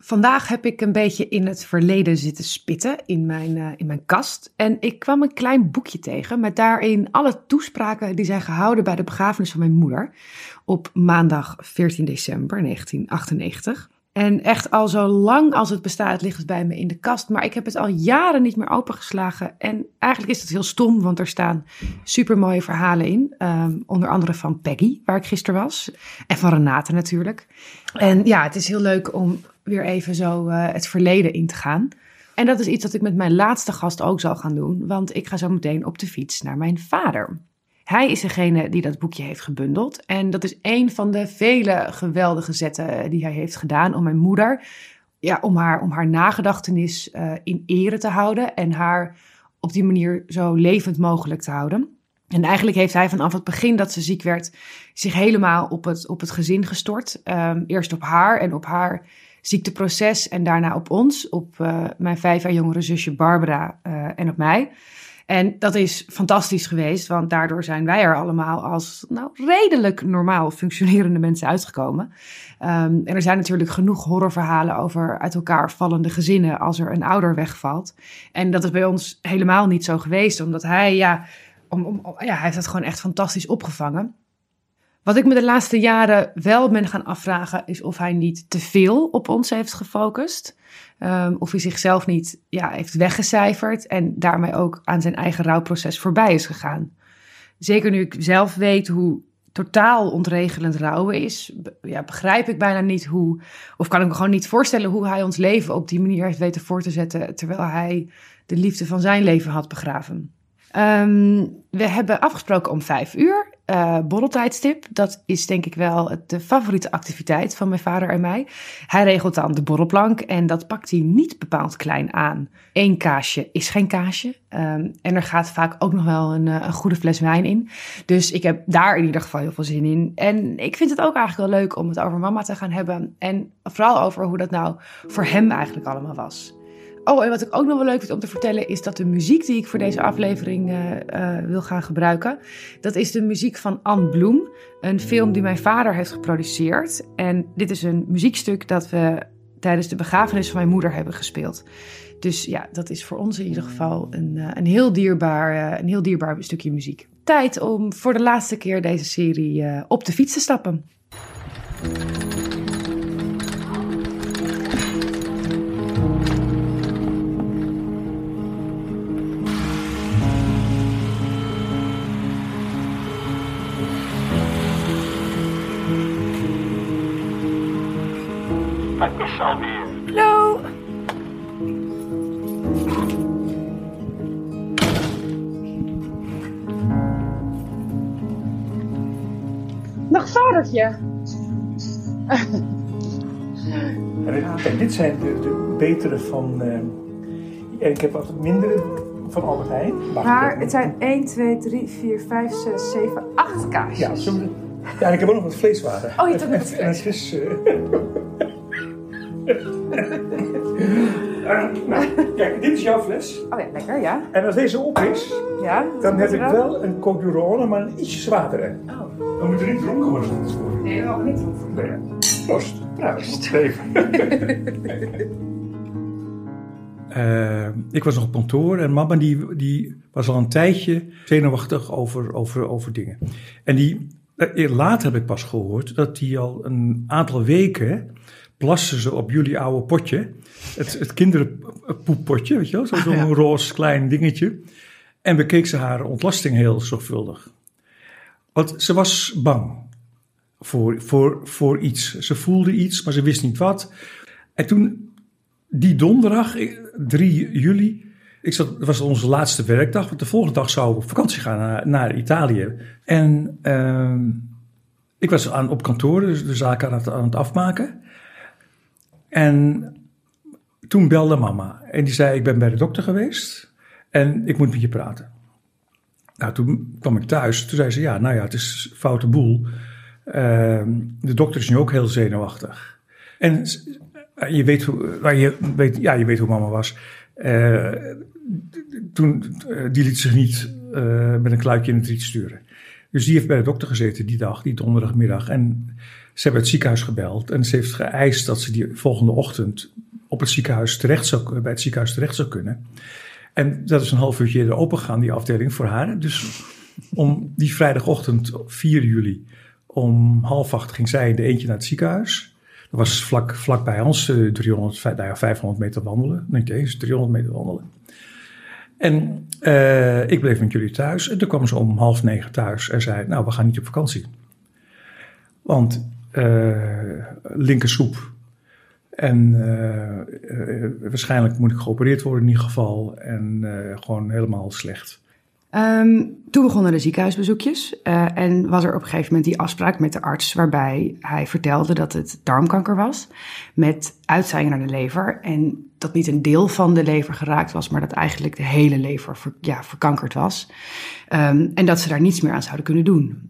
Vandaag heb ik een beetje in het verleden zitten spitten in mijn kast. En ik kwam een klein boekje tegen met daarin alle toespraken die zijn gehouden bij de begrafenis van mijn moeder. Op maandag 14 december 1998. En echt al zo lang als het bestaat ligt het bij me in de kast. Maar ik heb het al jaren niet meer opengeslagen. En eigenlijk is het heel stom, want er staan supermooie verhalen in. Onder andere van Peggy, waar ik gisteren was. En van Renate natuurlijk. En ja, het is heel leuk om weer even zo het verleden in te gaan. En dat is iets dat ik met mijn laatste gast ook zal gaan doen. Want ik ga zo meteen op de fiets naar mijn vader. Hij is degene die dat boekje heeft gebundeld. En dat is een van de vele geweldige zetten die hij heeft gedaan om mijn moeder, ja, om haar nagedachtenis in ere te houden en haar op die manier zo levend mogelijk te houden. En eigenlijk heeft hij vanaf het begin dat ze ziek werd zich helemaal op het gezin gestort. Eerst op haar en op haar ziekteproces en daarna op ons, op mijn 5 jaar jongere zusje Barbara en op mij. En dat is fantastisch geweest, want daardoor zijn wij er allemaal als redelijk normaal functionerende mensen uitgekomen. En er zijn natuurlijk genoeg horrorverhalen over uit elkaar vallende gezinnen als er een ouder wegvalt. En dat is bij ons helemaal niet zo geweest, omdat hij, hij heeft het gewoon echt fantastisch opgevangen. Wat ik me de laatste jaren wel ben gaan afvragen is of hij niet te veel op ons heeft gefocust. Of hij zichzelf niet heeft weggecijferd en daarmee ook aan zijn eigen rouwproces voorbij is gegaan. Zeker nu ik zelf weet hoe totaal ontregelend rouwen is, begrijp ik bijna niet hoe, of kan ik me gewoon niet voorstellen hoe hij ons leven op die manier heeft weten voor te zetten, terwijl hij de liefde van zijn leven had begraven. We hebben afgesproken om 5 uur. Borreltijdstip, dat is denk ik wel de favoriete activiteit van mijn vader en mij. Hij regelt dan de borrelplank en dat pakt hij niet bepaald klein aan. 1 kaasje is geen kaasje. En er gaat vaak ook nog wel een goede fles wijn in. Dus ik heb daar in ieder geval heel veel zin in. En ik vind het ook eigenlijk wel leuk om het over mama te gaan hebben. En vooral over hoe dat nou voor hem eigenlijk allemaal was. Oh, en wat ik ook nog wel leuk vind om te vertellen is dat de muziek die ik voor deze aflevering wil gaan gebruiken, dat is de muziek van Anne Bloem, een film die mijn vader heeft geproduceerd. En dit is een muziekstuk dat we tijdens de begrafenis van mijn moeder hebben gespeeld. Dus ja, dat is voor ons in ieder geval een heel dierbaar stukje muziek. Tijd om voor de laatste keer deze serie op de fiets te stappen. Het is alweer. Hallo. Nog vadertje. En dit zijn de betere van. En ik heb wat minder van Albert Heijn. Maar het zijn 1, 2, 3, 4, 5, 6, 7, 8 kaasjes. Ja, en ik heb ook nog wat vleeswaren. Oh, je hebt ook nog wat vlees. En het is. Kijk, dit is jouw fles. Oh ja, lekker, ja. En als deze op is, Ja, dan heb ik wel een Côte d'Ivoire, maar een ietsje zwaardere. Oh. Dan moet er niet dronken worden. Nee, dat mag niet doen. Nee. Proost. Proost. Even. Ik was nog op kantoor en mama die was al een tijdje zenuwachtig over dingen. En later heb ik pas gehoord dat die al een aantal weken plassen ze op jullie oude potje. Het kinderpoeppotje, weet je wel? Zo'n roze klein dingetje. En bekeek ze haar ontlasting heel zorgvuldig. Want ze was bang voor iets. Ze voelde iets, maar ze wist niet wat. En toen, die donderdag, 3 juli... dat was onze laatste werkdag. Want de volgende dag zou ik op vakantie gaan naar Italië. En ik was op kantoor, dus de zaak aan het afmaken. En toen belde mama. En die zei, ik ben bij de dokter geweest. En ik moet met je praten. Nou, toen kwam ik thuis. Toen zei ze, het is een foute boel. De dokter is nu ook heel zenuwachtig. En je weet hoe mama was. Die liet zich niet met een kluitje in het riet sturen. Dus die heeft bij de dokter gezeten die dag, die donderdagmiddag. En Ze hebben het ziekenhuis gebeld en ze heeft geëist dat ze die volgende ochtend bij het ziekenhuis terecht zou kunnen. En dat is een half uurtje eerder opengegaan, die afdeling voor haar. Dus om die vrijdagochtend 4 juli om 7:30 ging zij in de eentje naar het ziekenhuis. Dat was vlak bij ons, 500 meter wandelen. Niet eens, 300 meter wandelen. En ik bleef met jullie thuis. En toen kwam ze om 8:30 thuis en zei, nou, we gaan niet op vakantie. Want linkersoep. En waarschijnlijk moet ik geopereerd worden in ieder geval. En gewoon helemaal slecht. Toen begonnen de ziekenhuisbezoekjes. En was er op een gegeven moment die afspraak met de arts, waarbij hij vertelde dat het darmkanker was. Met uitzaaiingen naar de lever. En dat niet een deel van de lever geraakt was, maar dat eigenlijk de hele lever verkankerd was. En dat ze daar niets meer aan zouden kunnen doen.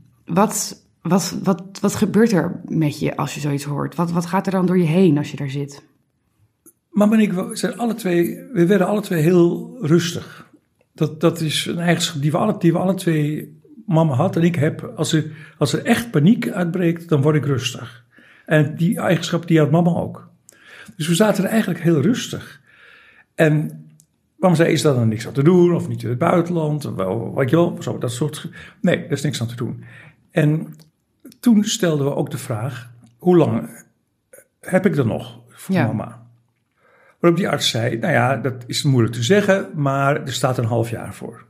Wat gebeurt er met je als je zoiets hoort? Wat gaat er dan door je heen als je daar zit? Mama en ik we werden alle twee heel rustig. Dat is een eigenschap die we alle twee, mama had en ik heb. Als er echt paniek uitbreekt, dan word ik rustig. En die eigenschap die had mama ook. Dus we zaten er eigenlijk heel rustig. En mama zei, is daar dan niks aan te doen? Of niet in het buitenland? Wat je wel, zo, dat soort. Nee, er is niks aan te doen. En toen stelden we ook de vraag, hoe lang heb ik er nog voor mama? Waarop die arts zei, nou ja, dat is moeilijk te zeggen, maar er staat een half jaar voor.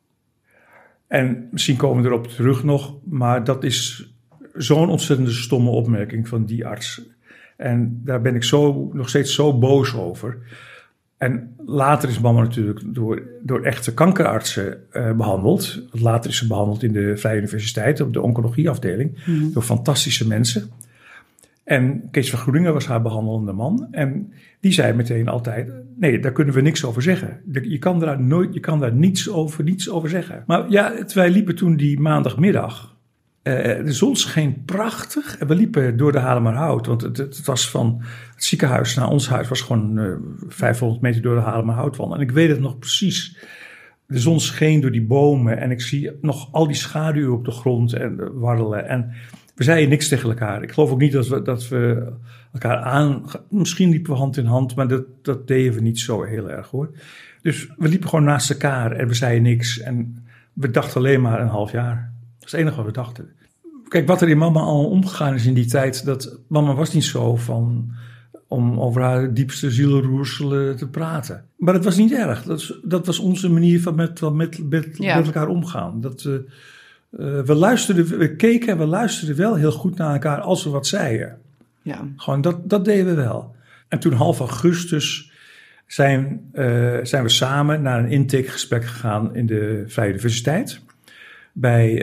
En misschien komen we erop terug nog, maar dat is zo'n ontzettende stomme opmerking van die arts. En daar ben ik nog steeds zo boos over. En later is mama natuurlijk door echte kankerartsen behandeld. Later is ze behandeld in de Vrije Universiteit op de oncologieafdeling. Door fantastische mensen. En Kees van Groeningen was haar behandelende man. En die zei meteen altijd, nee, daar kunnen we niks over zeggen. Je kan daar niets over zeggen. Maar ja, wij liepen toen die maandagmiddag. De zon scheen prachtig. En we liepen door de Haarlemmerhout. Want het was van het ziekenhuis naar ons huis was gewoon 500 meter door de Haarlemmerhout wandelen. En ik weet het nog precies. De zon scheen door die bomen. En ik zie nog al die schaduwen op de grond en warrelen. En we zeiden niks tegen elkaar. Ik geloof ook niet dat we elkaar aan. Misschien liepen we hand in hand, maar dat deden we niet zo heel erg hoor. Dus we liepen gewoon naast elkaar en we zeiden niks. En we dachten alleen maar een half jaar. Dat is het enige wat we dachten. Kijk, wat er in mama al omgegaan is in die tijd. Dat mama was niet zo om over haar diepste zielenroerselen te praten. Maar dat was niet erg. Dat was onze manier van met elkaar omgaan. We keken en we luisterden wel heel goed naar elkaar als we wat zeiden. Ja. Gewoon dat deden we wel. En toen half augustus zijn we samen naar een intakegesprek gegaan in de Vrije Universiteit. Bij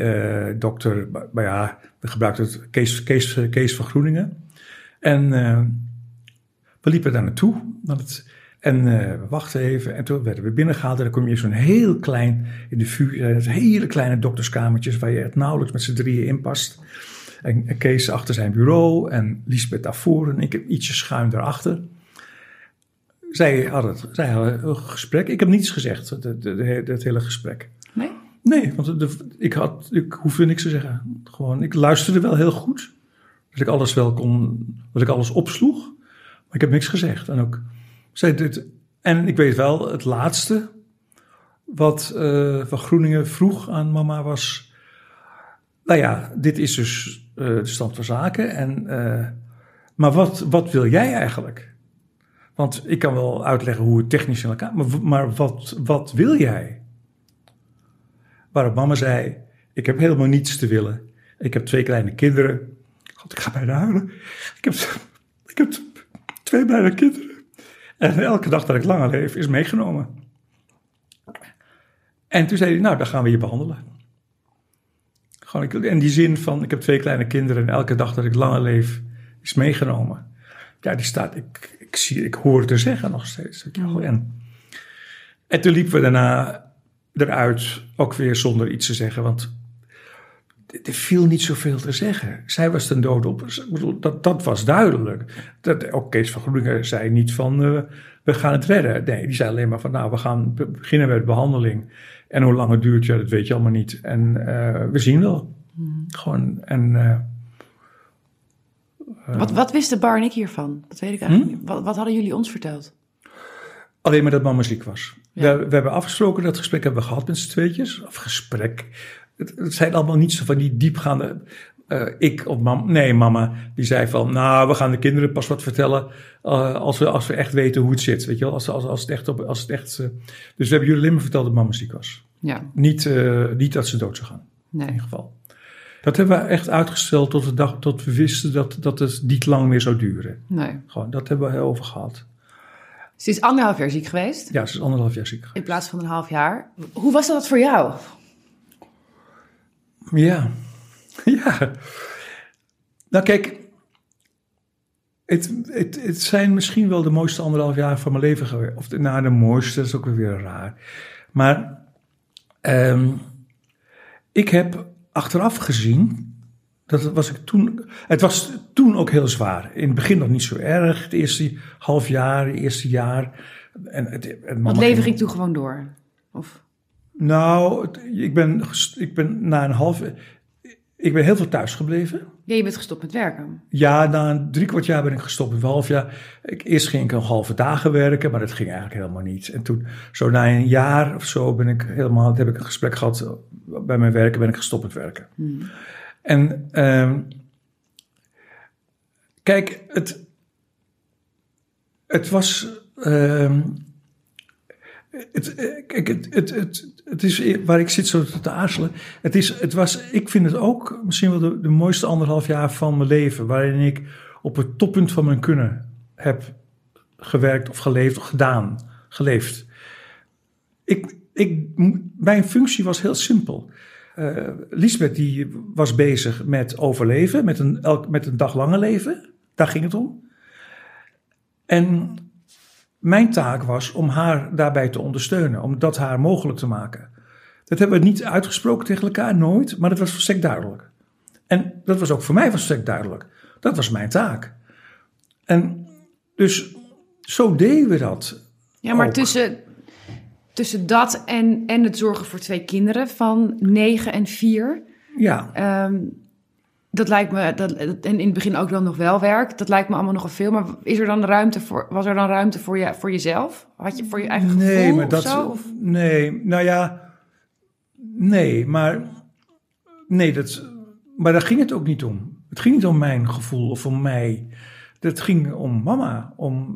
we gebruikten het Kees van Groeningen. En we liepen daar naartoe. We wachten even en toen werden we binnengehaald. En dan kom je zo'n heel klein, in de vuur, hele kleine dokterskamertjes waar je het nauwelijks met z'n drieën in past. En Kees achter zijn bureau en Liesbeth daarvoor en ik ietsje schuin daarachter. Zij hadden een gesprek. Ik heb niets gezegd, het hele gesprek. Nee? Nee, want ik hoefde niks te zeggen. Gewoon, ik luisterde wel heel goed. Dat ik alles dat ik alles opsloeg. Maar ik heb niks gezegd. En ook zei dit. En ik weet wel, het laatste wat Van Groeningen vroeg aan mama was. Nou ja, dit is dus de stand van zaken. Maar wat wil jij eigenlijk? Want ik kan wel uitleggen hoe het technisch in elkaar. Maar wat wil jij? Waarop mama zei, ik heb helemaal niets te willen. Ik heb 2 kleine kinderen. God, ik ga bijna huilen. Ik heb 2 kleine kinderen. En elke dag dat ik langer leef is meegenomen. En toen zei hij, nou, dan gaan we je behandelen. Gewoon in die zin van, ik heb 2 kleine kinderen en elke dag dat ik langer leef is meegenomen. Ja, die staat, ik hoor het er zeggen nog steeds. En toen liepen we daarna eruit, ook weer zonder iets te zeggen, want er viel niet zoveel te zeggen. Zij was ten dood op. Dat was duidelijk. Ook Kees van Groeningen zei niet van, we gaan het redden. Nee, die zei alleen maar van, nou, we beginnen met behandeling. En hoe lang het duurt, ja, dat weet je allemaal niet. En we zien wel. Gewoon, Wat wisten Bar en ik hiervan? Dat weet ik eigenlijk niet. Wat hadden jullie ons verteld? Alleen maar dat mama ziek was. Ja. We hebben afgesproken, dat gesprek hebben we gehad met z'n tweetjes. Of gesprek. Het zijn allemaal niet zo van die diepgaande... ik of mama... Nee, mama die zei van... Nou, we gaan de kinderen pas wat vertellen... als we echt weten hoe het zit. Weet je wel? Als het echt... Dus we hebben jullie alleen maar verteld dat mama ziek was. Ja. Niet dat ze dood zou gaan. Nee. In ieder geval. Dat hebben we echt uitgesteld tot we wisten dat het niet lang meer zou duren. Nee. Gewoon, dat hebben we over gehad. Ze is 1,5 jaar ziek geweest? Ja, ze is 1,5 jaar ziek geweest. In plaats van 1,5 jaar. Hoe was dat voor jou? Ja. Ja. Nou kijk, het zijn misschien wel de mooiste 1,5 jaar van mijn leven geweest. Of de mooiste, dat is ook weer raar. Maar ik heb achteraf gezien, het was toen ook heel zwaar. In het begin nog niet zo erg, het eerste half jaar, het eerste jaar. Het leven ging toen gewoon door? Of? Nou, ik ben heel veel thuis gebleven. Ja, je bent gestopt met werken. Ja, na 3/4 jaar ben ik gestopt met 1,5 jaar. Eerst ging ik 1,5 dagen werken, maar dat ging eigenlijk helemaal niet. En toen, zo na een jaar of zo, heb ik een gesprek gehad bij mijn werken, ben ik gestopt met werken. En kijk, het was... Het is waar ik zit zo te aarzelen. Ik vind het ook misschien wel de mooiste 1,5 jaar van mijn leven. Waarin ik op het toppunt van mijn kunnen heb gewerkt of geleefd of geleefd. Mijn functie was heel simpel. Liesbeth die was bezig met overleven, met een daglange leven. Daar ging het om. En mijn taak was om haar daarbij te ondersteunen, om dat haar mogelijk te maken. Dat hebben we niet uitgesproken tegen elkaar, nooit, maar dat was volstrekt duidelijk. En dat was ook voor mij volstrekt duidelijk. Dat was mijn taak. En dus zo deden we dat. Ja, maar ook. tussen dat en het zorgen voor 2 kinderen van 9 en 4... Ja. Dat lijkt me, en in het begin ook dan nog wel werk, dat lijkt me allemaal nogal veel. Maar was er dan ruimte voor jezelf? Had je voor je eigen gevoel maar of zo? Of? Nee, nou ja, nee, maar daar ging het ook niet om. Het ging niet om mijn gevoel of om mij. Het ging om mama,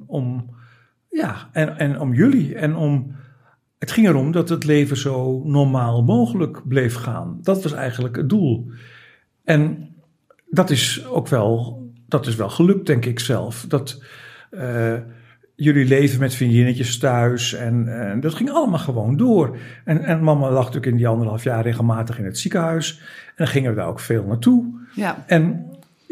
en om jullie. Het ging erom dat het leven zo normaal mogelijk bleef gaan. Dat was eigenlijk het doel. En dat is wel gelukt, denk ik zelf. Dat jullie leven met vriendinnetjes thuis en dat ging allemaal gewoon door. En mama lag natuurlijk in die 1,5 jaar regelmatig in het ziekenhuis. En dan gingen we daar ook veel naartoe. Ja. En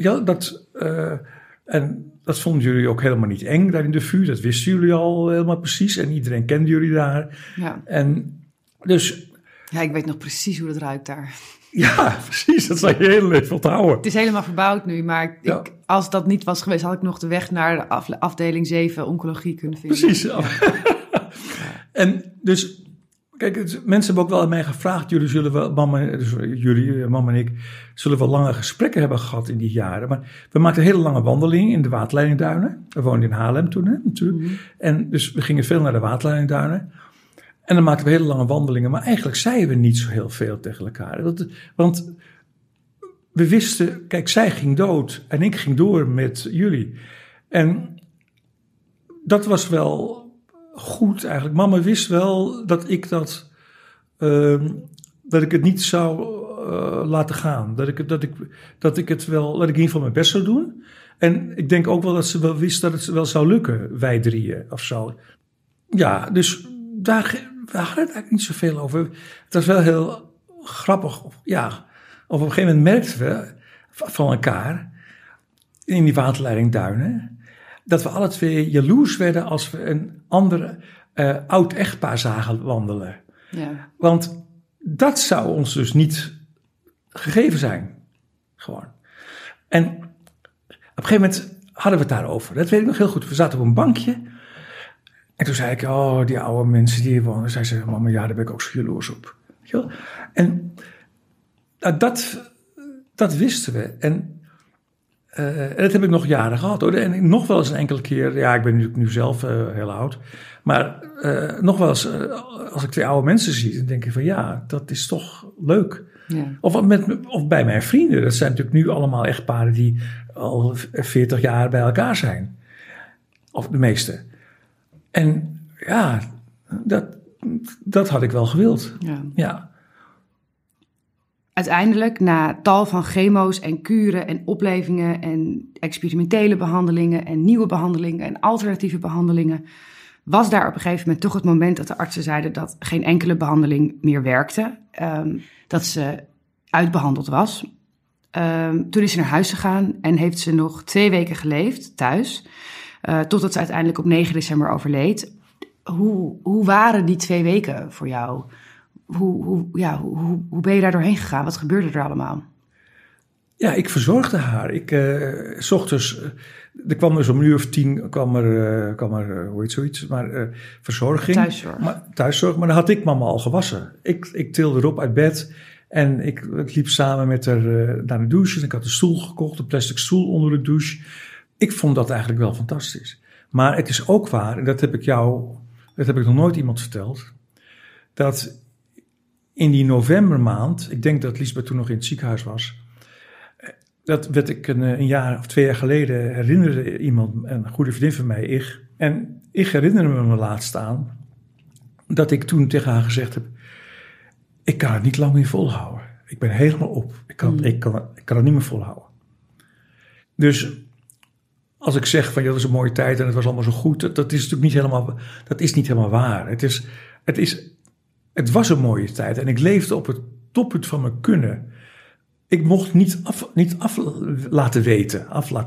dat vonden jullie ook helemaal niet eng daar in de VU. Dat wisten jullie al helemaal precies. En iedereen kende jullie daar. Ja. En dus... Ja, ik weet nog precies hoe dat ruikt daar. Ja, precies. Dat zou je heel leven onthouden. Het is helemaal verbouwd nu, maar als dat niet was geweest, had ik nog de weg naar de afdeling 7 oncologie kunnen vinden. Precies. Ja. En dus, kijk, mensen hebben ook wel aan mij gevraagd, mama en ik, zullen wel lange gesprekken hebben gehad in die jaren. Maar we maakten een hele lange wandeling in de Waterleidingduinen. We woonden in Haarlem toen, natuurlijk. Mm-hmm. En dus we gingen veel naar de Waterleidingduinen. En dan maakten we hele lange wandelingen, maar eigenlijk zeiden we niet zo heel veel tegen elkaar. Want we wisten, kijk, zij ging dood en ik ging door met jullie. En dat was wel goed eigenlijk. Mama wist wel dat ik het niet zou laten gaan. Dat ik in ieder geval mijn best zou doen. En ik denk ook wel dat ze wel wist dat het wel zou lukken, wij drieën of zo. Ja, dus we hadden het eigenlijk niet zoveel over. Het was wel heel grappig. Ja, op een gegeven moment merkten we van elkaar in die waterleidingduinen dat we alle 2 jaloers werden als we een ander oud echtpaar zagen wandelen. Ja. Want dat zou ons dus niet gegeven zijn. Gewoon. En op een gegeven moment hadden we het daarover. Dat weet ik nog heel goed. We zaten op een bankje. En toen zei ik, die oude mensen die hier wonen. Zei ze, mama, ja, daar ben ik ook zo jaloers op. Weet je wel? En dat wisten we. En dat heb ik nog jaren gehad hoor. En nog wel eens een enkele keer, ja, ik ben natuurlijk nu zelf heel oud. Maar nog wel eens, als ik 2 oude mensen zie, dan denk ik van ja, dat is toch leuk. Ja. Of bij mijn vrienden. Dat zijn natuurlijk nu allemaal echtparen die al 40 jaar bij elkaar zijn. Of de meeste. En ja, dat had ik wel gewild. Ja. Uiteindelijk, na tal van chemo's en kuren en oplevingen en experimentele behandelingen en nieuwe behandelingen en alternatieve behandelingen, was daar op een gegeven moment toch het moment dat de artsen zeiden dat geen enkele behandeling meer werkte. Dat ze uitbehandeld was. Toen is ze naar huis gegaan en heeft ze nog 2 weken geleefd thuis. Totdat ze uiteindelijk op 9 december overleed. Hoe waren die 2 weken voor jou? Hoe ben je daar doorheen gegaan? Wat gebeurde er allemaal? Ja, ik verzorgde haar. S ochtends, er kwam dus om 9:10 kwam er hoe heet zoiets, maar verzorging. Thuiszorg. Maar dan had ik mama al gewassen. Ik tilde erop uit bed en ik liep samen met haar naar de douche. En ik had een stoel gekocht, een plastic stoel onder de douche. Ik vond dat eigenlijk wel fantastisch. Maar het is ook waar, en dat heb ik nog nooit iemand verteld, dat in die novembermaand, ik denk dat Liesbeth toen nog in het ziekenhuis was, dat werd ik een jaar of 2 jaar geleden, herinnerde iemand, een goede vriendin van mij, en ik herinnerde me laatst aan, dat ik toen tegen haar gezegd heb, ik kan het niet lang meer volhouden. Ik ben helemaal op. Ik kan het niet meer volhouden. Dus als ik zeg van ja, dat was een mooie tijd en het was allemaal zo goed, dat is natuurlijk niet helemaal waar. Het was een mooie tijd en ik leefde op het toppunt van mijn kunnen. Ik mocht niet af laten weten.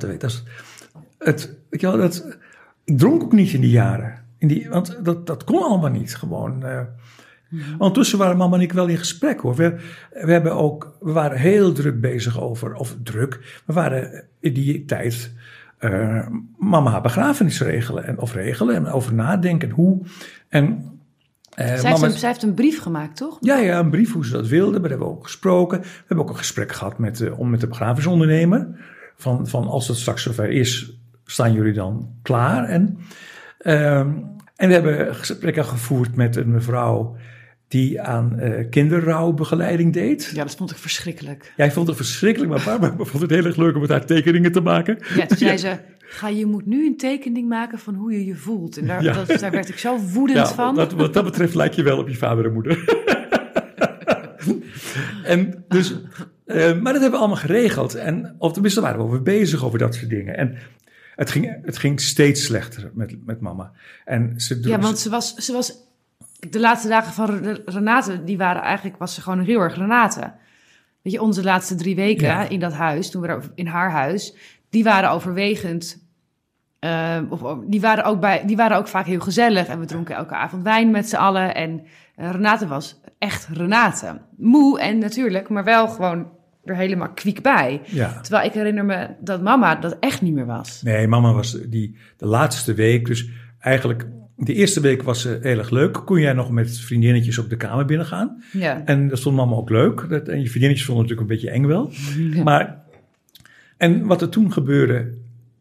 Ik dronk ook niet in die jaren. Want dat kon allemaal niet gewoon. Ondertussen waren mama en ik wel in gesprek hoor. We waren heel druk bezig we waren in die tijd mama haar begrafenis regelen en over nadenken hoe. En zij heeft een brief gemaakt, toch? Ja, een brief hoe ze dat wilde. Maar hebben we ook gesproken. We hebben ook een gesprek gehad met de begrafenisondernemer. Van als het straks zover is, staan jullie dan klaar? En we hebben gesprekken gevoerd met een mevrouw die aan kinderrouwbegeleiding deed. Ja, dat vond ik verschrikkelijk. Jij vond het verschrikkelijk, maar papa vond het heel erg leuk om met haar tekeningen te maken. Ja, toen zei ze, je moet nu een tekening maken van hoe je je voelt. En daar werd ik zo woedend van. Wat dat betreft lijk je wel op je vader en moeder. En dus, maar dat hebben we allemaal geregeld. Of tenminste waren we over bezig over dat soort dingen. En het ging steeds slechter met mama. En want ze was de laatste dagen van Renate, was ze gewoon heel erg Renate. Weet je, onze laatste 3 weken in dat huis, toen we in haar huis, die waren overwegend. Die waren ook vaak heel gezellig. En we dronken elke avond wijn met z'n allen. En Renate was echt Renate. Moe en natuurlijk, maar wel gewoon er helemaal kwiek bij. Ja. Terwijl ik herinner me dat mama dat echt niet meer was. Nee, mama was de laatste week. Dus eigenlijk, de eerste week was ze heel erg leuk. Kon jij nog met vriendinnetjes op de kamer binnen gaan. Ja. En dat vond mama ook leuk. En je vriendinnetjes vonden het natuurlijk een beetje eng wel. Ja. En wat er toen gebeurde,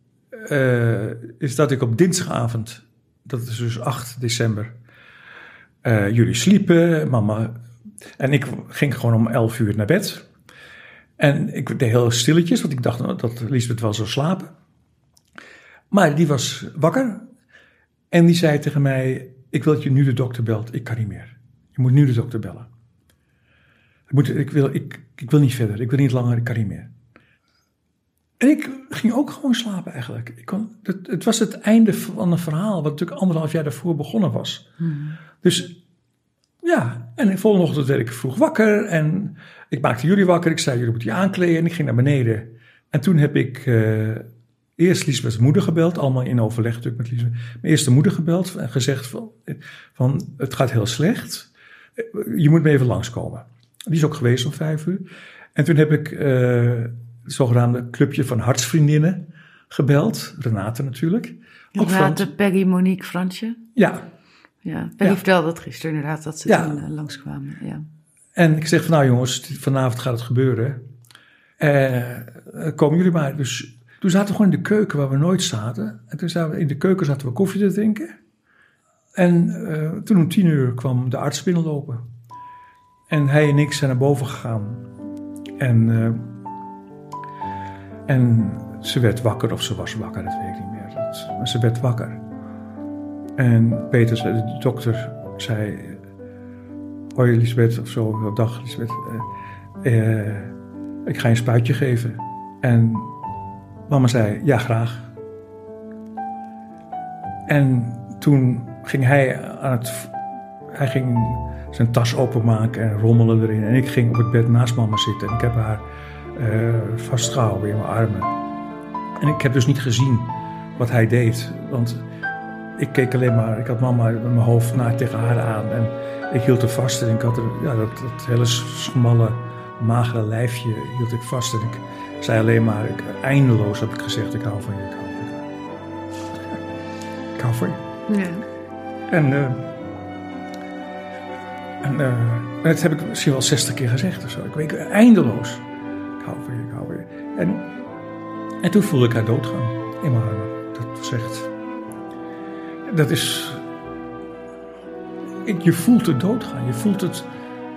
is dat ik op dinsdagavond, dat is dus 8 december, jullie sliepen, mama en ik ging gewoon om 11 uur naar bed. En ik deed heel stilletjes, want ik dacht dat Liesbeth wel zou slapen. Maar die was wakker en die zei tegen mij, ik wil dat je nu de dokter belt, ik kan niet meer. Je moet nu de dokter bellen. Ik wil niet verder, ik wil niet langer, ik kan niet meer. En ik ging ook gewoon slapen eigenlijk. Het was het einde van een verhaal, wat natuurlijk 1,5 jaar daarvoor begonnen was. Dus ja, en de volgende ochtend werd ik vroeg wakker en ik maakte jullie wakker. Ik zei, jullie moeten je aankleden en ik ging naar beneden. En toen heb ik eerst Liesbeth's moeder gebeld, allemaal in overleg natuurlijk met Liesbeth. Mijn eerste moeder gebeld en gezegd van het gaat heel slecht. Je moet me even langskomen. Die is ook geweest om 5 uur. En toen heb ik het zogenaamde clubje van hartsvriendinnen gebeld. Renate natuurlijk. Renate, Peggy, Monique, Fransje. Ja. Ja, Peggy vertelde dat gisteren inderdaad, dat ze toen langskwamen. Ja. En ik zeg van nou jongens, vanavond gaat het gebeuren. Komen jullie maar. Dus Toen zaten we gewoon in de keuken waar we nooit zaten. En toen zaten we in de keuken zaten we koffie te drinken. En toen om 10:00 kwam de arts binnenlopen. En hij en ik zijn naar boven gegaan. En ze werd wakker, of ze was wakker, dat weet ik niet meer. Maar ze werd wakker. En Peter, de dokter, zei... Hoi Elisabeth, of zo, dag Elisabeth. Ik ga je een spuitje geven. En mama zei, ja graag. En toen ging hij ging zijn tas openmaken en rommelen erin. En ik ging op het bed naast mama zitten. En ik heb haar vastgehouden in mijn armen. En ik heb dus niet gezien wat hij deed. Want ik keek alleen maar, ik had mama met mijn hoofd tegen haar aan. En ik hield haar vast en ik had dat hele smalle, magere lijfje hield ik vast. En ik zei alleen maar, eindeloos heb ik gezegd, ik hou van je, ik hou van je. Ik hou van je. Ja. En dat heb ik misschien wel 60 keer gezegd of zo. Ik weet eindeloos. Ik hou van je, ik hou van je. En toen voelde ik haar doodgaan in mijn armen. Dat was echt... Dat is... Je voelt het doodgaan. Je voelt het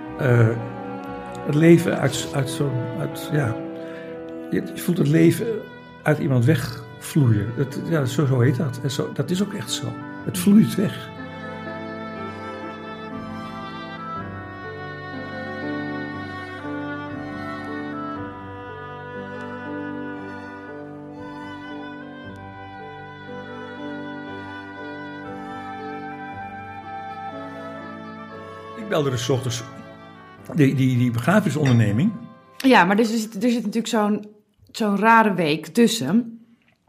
leven uit zo'n... Je voelt het leven uit iemand wegvloeien. Zo heet dat. En dat is ook echt zo. Het vloeit weg. Ik belde dus 's ochtends die begrafenisonderneming. Ja, maar er zit natuurlijk zo'n rare week tussen.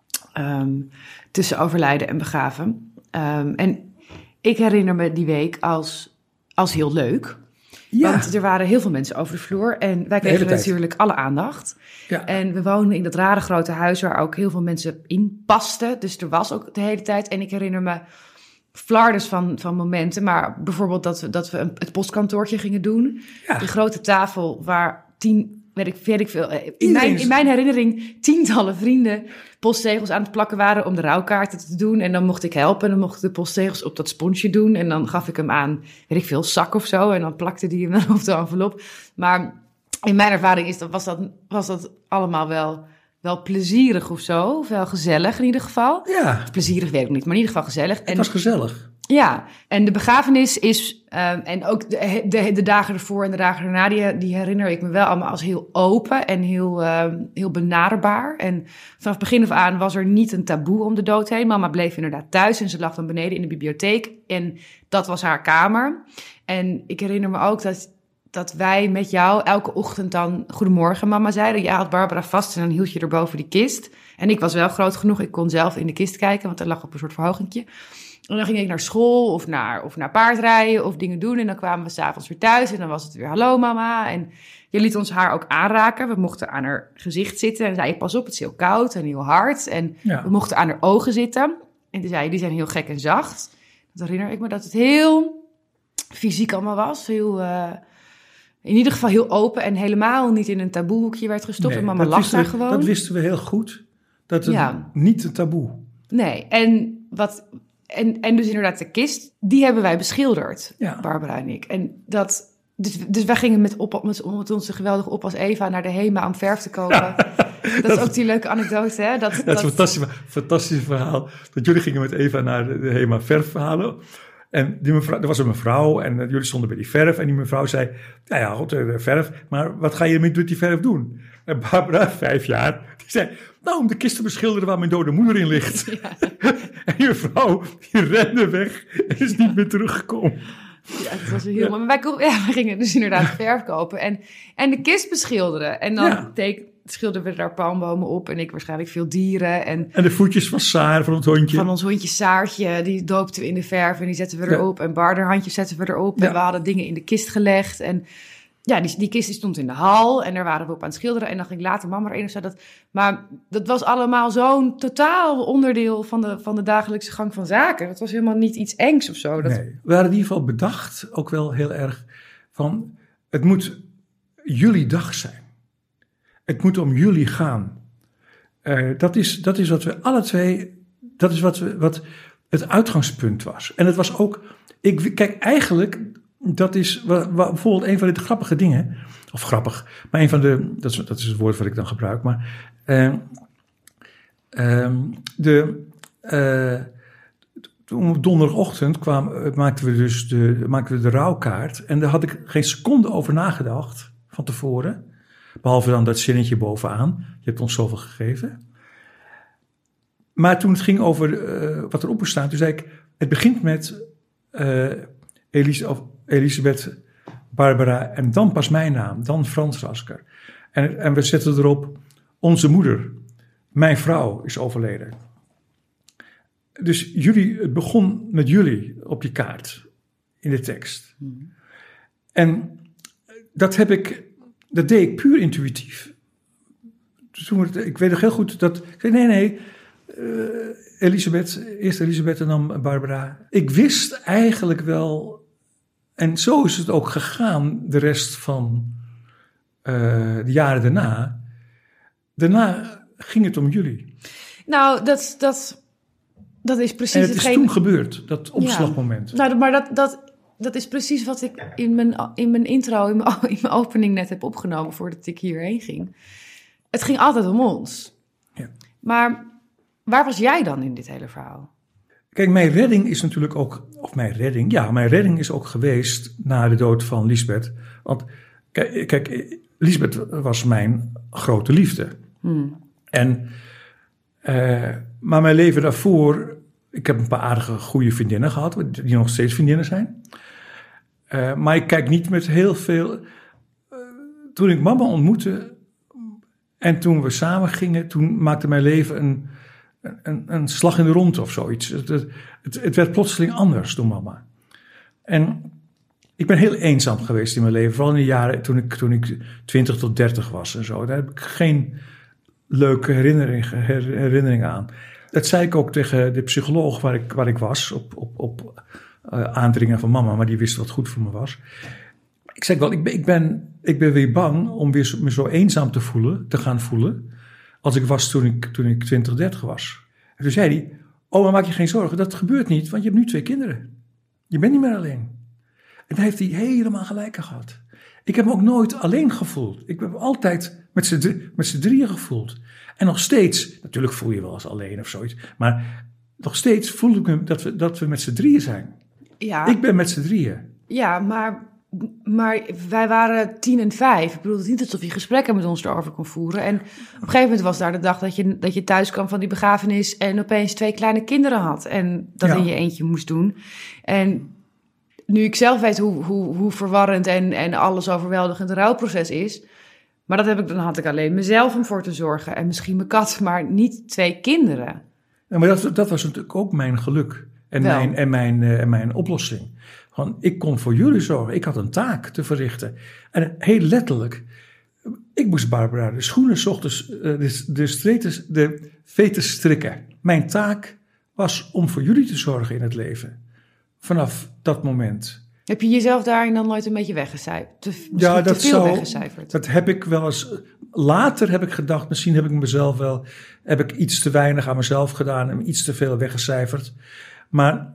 Tussen overlijden en begraven. En ik herinner me die week als heel leuk. Ja. Want er waren heel veel mensen over de vloer. En wij kregen natuurlijk alle aandacht. Ja. En we woonden in dat rare grote huis waar ook heel veel mensen in pasten. Dus er was ook de hele tijd. En ik herinner me flardes van momenten. Maar bijvoorbeeld dat we het postkantoortje gingen doen. Ja. De grote tafel waar 10... Weet ik veel. In mijn herinnering tientallen vrienden postzegels aan het plakken waren om de rouwkaarten te doen. En dan mocht ik helpen en dan mocht ik de postzegels op dat sponsje doen. En dan gaf ik hem aan, weet ik veel, zak of zo. En dan plakte die hem op de envelop. Maar in mijn ervaring was dat allemaal wel plezierig of zo. Wel gezellig in ieder geval. Ja. Plezierig weet ik niet, maar in ieder geval gezellig. Het was gezellig. Ja, en de begrafenis is, en ook de dagen ervoor en de dagen daarna, die herinner ik me wel allemaal als heel open en heel benaderbaar. En vanaf het begin af aan was er niet een taboe om de dood heen. Mama bleef inderdaad thuis en ze lag dan beneden in de bibliotheek. En dat was haar kamer. En ik herinner me ook dat wij met jou elke ochtend dan goedemorgen mama zeiden. Jij had Barbara vast en dan hield je er boven die kist. En ik was wel groot genoeg, ik kon zelf in de kist kijken, want er lag op een soort verhogingje. En dan ging ik naar school of naar paardrijden of dingen doen. En dan kwamen we 's avonds weer thuis en dan was het weer hallo mama. En je liet ons haar ook aanraken. We mochten aan haar gezicht zitten. En zei je, pas op, het is heel koud en heel hard. En we mochten aan haar ogen zitten. En toen zei je, die zijn heel gek en zacht. Dat herinner ik me dat het heel fysiek allemaal was. Heel, in ieder geval heel open en helemaal niet in een taboehoekje werd gestopt. Nee, en mama lag daar gewoon. Dat wisten we heel goed. Dat het niet een taboe. Nee, en dus inderdaad de kist, die hebben wij beschilderd, Barbara en ik. En dus wij gingen met onze geweldige oppas Eva naar de Hema om verf te kopen. Dat is ook die leuke anekdote, hè? Dat is een fantastisch verhaal. Dat jullie gingen met Eva naar de Hema verf halen. En er was een mevrouw en jullie stonden bij die verf. En die mevrouw zei, goed, verf, maar wat ga je met die verf doen? En Barbara, 5 jaar, die zei, om de kist te beschilderen waar mijn dode moeder in ligt. Ja. En die mevrouw, die rende weg en is niet meer teruggekomen. Ja, dat was heel mooi. Maar wij gingen dus inderdaad verf kopen en de kist beschilderen. En dan schilderden we daar palmbomen op en ik waarschijnlijk veel dieren. En de voetjes van Saar, van het hondje. Van ons hondje Saartje, die doopten we in de verf en die zetten we erop. En Barderhandjes zetten we erop. En we hadden dingen in de kist gelegd. En ja, die kist die stond in de hal en daar waren we op aan het schilderen. En dan ging later mama erin of zo. Maar dat was allemaal zo'n totaal onderdeel van de dagelijkse gang van zaken. Dat was helemaal niet iets engs of zo. Nee, we hadden in ieder geval bedacht, ook wel heel erg, van het moet jullie dag zijn. Het moet om jullie gaan. dat is wat we alle twee, dat is wat het uitgangspunt was. En het was ook, kijk eigenlijk, dat is bijvoorbeeld een van de grappige dingen, of grappig, maar een van de, dat is het woord wat ik dan gebruik, maar toen op donderdagochtend maakten we de rouwkaart. En daar had ik geen seconde over nagedacht van tevoren. Behalve dan dat zinnetje bovenaan. Je hebt ons zoveel gegeven. Maar toen het ging over wat erop moest staan, toen zei ik, het begint met Elisabeth, Barbara en dan pas mijn naam, dan Frans Rasker. En we zetten erop, onze moeder, mijn vrouw is overleden. Dus het begon met jullie op die kaart in de tekst. En dat deed ik puur intuïtief. Ik weet nog heel goed dat ik zei, nee, eerst Elisabeth en dan Barbara. Ik wist eigenlijk wel, en zo is het ook gegaan de rest van de jaren daarna. Daarna ging het om jullie. Nou, dat is precies en het is toen gebeurd, dat omslagmoment. Ja. Nou, maar dat is precies wat ik in mijn intro, in mijn opening net heb opgenomen voordat ik hierheen ging. Het ging altijd om ons. Ja. Maar waar was jij dan in dit hele verhaal? Kijk, mijn redding is natuurlijk ook, mijn redding is ook geweest na de dood van Liesbeth. Want kijk, Liesbeth was mijn grote liefde. Maar mijn leven daarvoor, ik heb een paar aardige, goede vriendinnen gehad, die nog steeds vriendinnen zijn. Maar ik kijk niet met heel veel. Toen ik mama ontmoette en toen we samen gingen, toen maakte mijn leven een slag in de ronde of zoiets. Het werd plotseling anders door mama. En ik ben heel eenzaam geweest in mijn leven, vooral in de jaren toen ik 20 tot 30 was en zo. Daar heb ik geen leuke herinnering aan. Dat zei ik ook tegen de psycholoog waar ik was, op aandringen van mama, maar die wist wat goed voor me was. Ik zei wel, ik ben weer bang om weer me zo eenzaam te gaan voelen, als ik was toen ik 20, 30 was. En toen zei hij, maar maak je geen zorgen, dat gebeurt niet, want je hebt nu 2 kinderen. Je bent niet meer alleen. En daar heeft hij helemaal gelijk aan gehad. Ik heb me ook nooit alleen gevoeld. Ik heb altijd met z'n drieën gevoeld. En nog steeds, natuurlijk voel je wel eens alleen of zoiets, maar nog steeds voel ik me dat we met z'n drieën zijn. Ja. Ik ben met z'n drieën. Ja, maar wij waren 10 en 5. Ik bedoel, het is niet alsof je gesprekken met ons erover kon voeren. En op een gegeven moment was daar de dag dat je thuis kwam van die begrafenis en opeens 2 kleine kinderen had. En dat in je eentje moest doen. En nu ik zelf weet hoe verwarrend en alles overweldigend het rouwproces is. Maar dan had ik alleen mezelf om voor te zorgen. En misschien mijn kat, maar niet 2 kinderen. Ja, maar dat was natuurlijk ook mijn geluk. En mijn oplossing. Gewoon, ik kon voor jullie zorgen. Ik had een taak te verrichten. En heel letterlijk. Ik moest Barbara de schoenen 's ochtends, de veten strikken. Mijn taak was om voor jullie te zorgen in het leven. Vanaf dat moment. Heb je jezelf daarin dan nooit een beetje weggecijferd? Weggecijferd? Dat heb ik wel eens. Later heb ik gedacht, misschien heb ik iets te weinig aan mezelf gedaan en iets te veel weggecijferd. Maar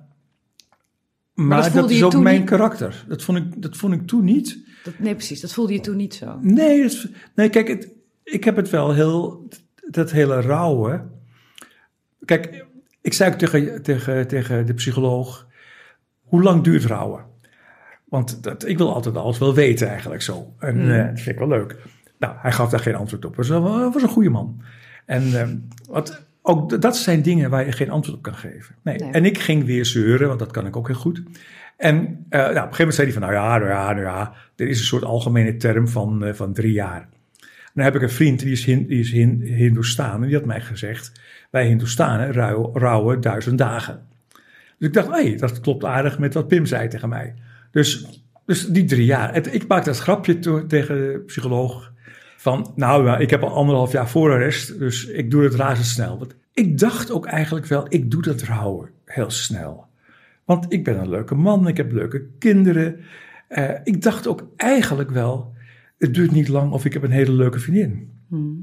dat is ook mijn karakter. Dat vond ik toen niet. Nee, precies. Dat voelde je toen niet zo. Nee, kijk, ik heb het wel dat hele rouwen. Kijk, ik zei ook tegen de psycholoog, hoe lang duurt rouwen? Want ik wil altijd alles wel weten eigenlijk zo. En dat vind ik wel leuk. Nou, hij gaf daar geen antwoord op. Hij was een goede man. En ook dat zijn dingen waar je geen antwoord op kan geven. Nee. En ik ging weer zeuren, want dat kan ik ook heel goed. En op een gegeven moment zei hij van, nou ja, er is een soort algemene term van 3 jaar. En dan heb ik een vriend, die is Hindoestaan, en die had mij gezegd, wij Hindoestanen rouwen 1000 dagen. Dus ik dacht, dat klopt aardig met wat Pim zei tegen mij. Dus die 3 jaar. Ik maakte dat grapje tegen de psycholoog van, ik heb al 1,5 jaar voorarrest, dus ik doe het razendsnel. Want ik dacht ook eigenlijk wel, ik doe dat rouwen heel snel. Want ik ben een leuke man, ik heb leuke kinderen. Ik dacht ook eigenlijk wel, het duurt niet lang of ik heb een hele leuke vriendin.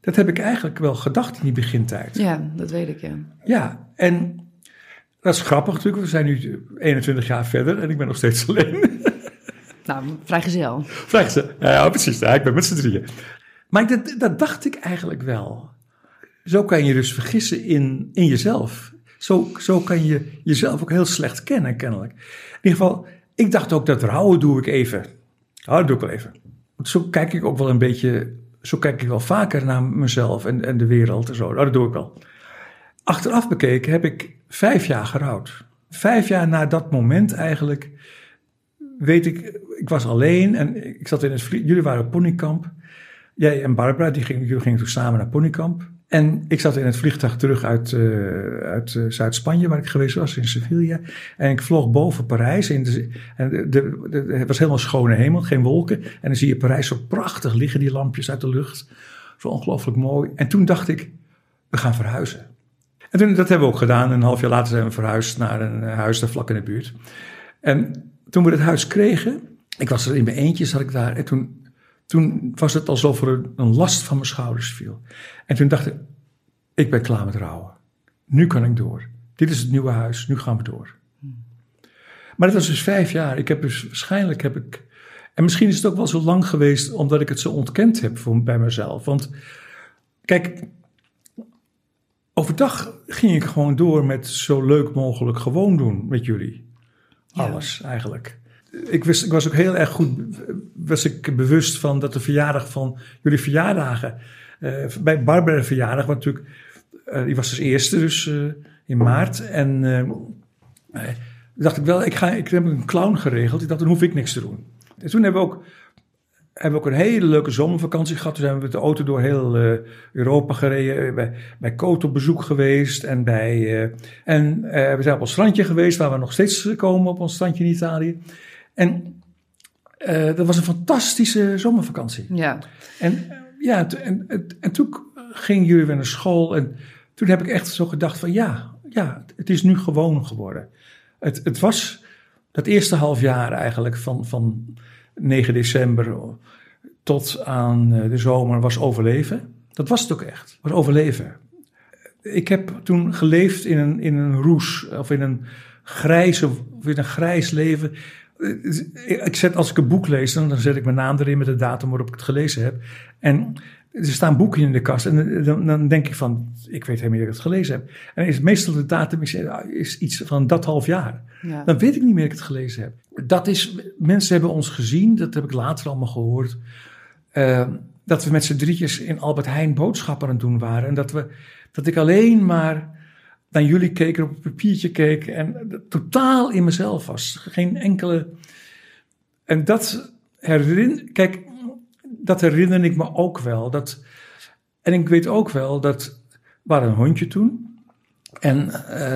Dat heb ik eigenlijk wel gedacht in die begintijd. Ja, dat weet ik, ja. Ja, en dat is grappig natuurlijk. We zijn nu 21 jaar verder en ik ben nog steeds alleen. Nou, vrijgezel. Vrijgezel, ja, precies. Ja, ik ben met z'n drieën. Maar dat dacht ik eigenlijk wel. Zo kan je dus vergissen in jezelf. Zo kan je jezelf ook heel slecht kennen, kennelijk. In ieder geval, ik dacht ook dat rouwen doe ik even. Oh, dat doe ik wel even. Want zo kijk ik ook wel een beetje, zo kijk ik wel vaker naar mezelf en de wereld en zo. Oh, dat doe ik wel. Achteraf bekeken heb ik 5 jaar gerouwd. 5 jaar na dat moment eigenlijk, weet ik was alleen en ik zat in het jullie waren op ponykamp. Jij en Barbara, jullie gingen toen samen naar ponykamp. En ik zat in het vliegtuig terug uit Zuid-Spanje, waar ik geweest was, in Sevilla. En ik vloog boven Parijs. Het was helemaal schone hemel, geen wolken. En dan zie je Parijs zo prachtig liggen, die lampjes uit de lucht. Zo ongelooflijk mooi. En toen dacht ik, we gaan verhuizen. En dat hebben we ook gedaan. Een half jaar later zijn we verhuisd naar een huis daar vlak in de buurt. En toen we het huis kregen, ik was er in mijn eentje, zat ik daar. En toen was het alsof er een last van mijn schouders viel. En toen dacht ik ben klaar met rouwen. Nu kan ik door. Dit is het nieuwe huis, nu gaan we door. Maar dat was dus 5 jaar. En misschien is het ook wel zo lang geweest, omdat ik het zo ontkend heb bij mezelf. Want kijk, overdag ging ik gewoon door met zo leuk mogelijk gewoon doen met jullie. Alles eigenlijk. Ik was ook heel erg goed bewust van dat de verjaardag van jullie verjaardagen. Bij Barbara's verjaardag, want natuurlijk, die was dus eerste, dus in maart. En dacht ik wel, ik heb een clown geregeld. Ik dacht, dan hoef ik niks te doen. En toen hebben we ook een hele leuke zomervakantie gehad. Toen zijn we met de auto door heel Europa gereden. Bij Koot op bezoek geweest. En we zijn op ons strandje geweest, waar we nog steeds komen op ons strandje in Italië. En dat was een fantastische zomervakantie. Ja. En toen gingen jullie weer naar school. En toen heb ik echt zo gedacht van ja, het is nu gewoon geworden. Het was dat eerste half jaar eigenlijk van 9 december tot aan de zomer was overleven. Dat was het ook echt, was overleven. Ik heb toen geleefd in een roes of in een grijs leven. Als ik een boek lees, dan zet ik mijn naam erin met de datum waarop ik het gelezen heb. En er staan boeken in de kast en dan denk ik van, ik weet helemaal niet dat ik het gelezen heb. En is meestal de datum is iets van dat half jaar. Ja. Dan weet ik niet meer dat ik het gelezen heb. Mensen hebben ons gezien, dat heb ik later allemaal gehoord, dat we met z'n drietjes in Albert Heijn boodschappen aan het doen waren. En dat ik alleen maar naar jullie keek, op een papiertje keek en totaal in mezelf was. Geen enkele. En dat herinner ik me ook wel. En ik weet ook wel dat. We hadden een hondje toen. En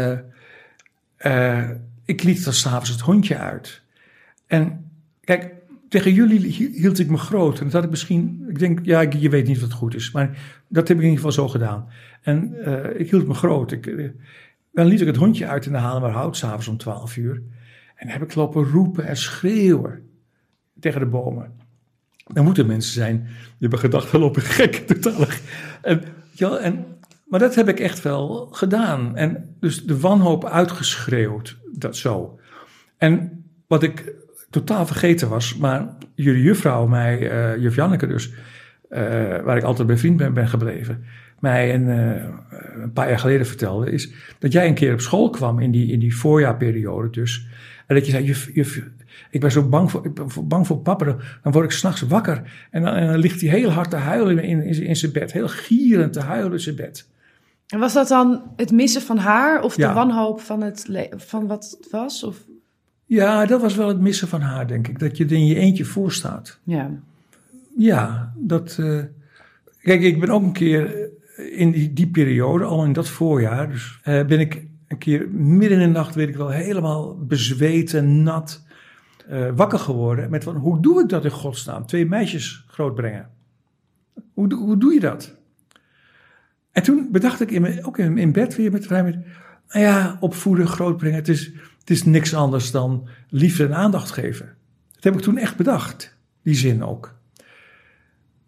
ik liet dan 's avonds het hondje uit. En kijk, tegen jullie hield ik me groot. En dat had ik misschien. Ik denk, ja, je weet niet wat goed is. Maar dat heb ik in ieder geval zo gedaan. En ik hield me groot. Dan liet ik het hondje uit in de Haarlemmerhout, 's avonds om 12 uur. En dan heb ik lopen roepen en schreeuwen tegen de bomen. Dan moeten mensen zijn die hebben gedacht, we lopen gek, totalig. Maar dat heb ik echt wel gedaan. En dus de wanhoop uitgeschreeuwd, dat zo. En wat ik totaal vergeten was, maar jullie juffrouw, juf Janneke dus, waar ik altijd bij vriend ben gebleven, mij een paar jaar geleden vertelde, is dat jij een keer op school kwam in die voorjaarperiode dus. En dat je zei, juf, ik ben zo bang voor papa, dan word ik 's nachts wakker. En dan ligt hij heel hard te huilen in zijn bed, heel gierend te huilen in zijn bed. En was dat dan het missen van haar of de wanhoop van wat het was? Of? Ja, dat was wel het missen van haar, denk ik. Dat je er in je eentje voor staat. Ja. Ja, dat. Kijk, ik ben ook een keer in die periode, al in dat voorjaar, dus ben ik een keer midden in de nacht, weet ik wel, helemaal bezweten, nat, wakker geworden. Met van, hoe doe ik dat in godsnaam? 2 meisjes grootbrengen. Hoe doe je dat? En toen bedacht ik ook in bed weer met nou ja, opvoeden, grootbrengen. Het is niks anders dan liefde en aandacht geven. Dat heb ik toen echt bedacht. Die zin ook.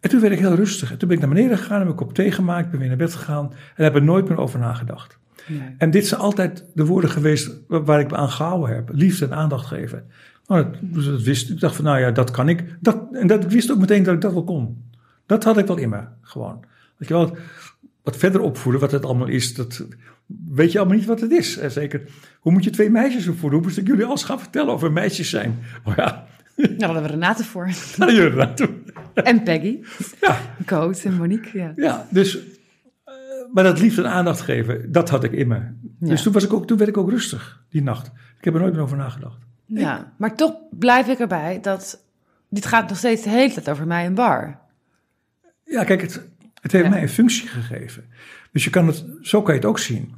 En toen werd ik heel rustig. En toen ben ik naar beneden gegaan, heb ik een kop thee gemaakt, ben weer naar bed gegaan en heb er nooit meer over nagedacht. Nee. En dit zijn altijd de woorden geweest waar ik me aan gehouden heb. Liefde en aandacht geven. Nou, dat wist ik. Ik dacht van, nou ja, dat kan ik. Ik wist ook meteen dat ik dat wel kon. Dat had ik wel in me, gewoon. Weet je wel, wat verder opvoeden, wat het allemaal is, dat weet je allemaal niet wat het is. En zeker, hoe moet je 2 meisjes opvoeden? Hoe moest ik jullie alles gaan vertellen over meisjes zijn? Oh ja. Nou, daar hadden we Renate voor. Renate. En Peggy. Ja. Coach en Monique, ja. Ja, dus, maar dat liefde en aandacht geven, dat had ik in me. Ja. Dus toen werd ik ook rustig, die nacht. Ik heb er nooit meer over nagedacht. Ja, maar toch blijf ik erbij dat dit gaat nog steeds de hele tijd over mij en Bar. Ja, kijk, het heeft mij een functie gegeven. Dus zo kan je het ook zien.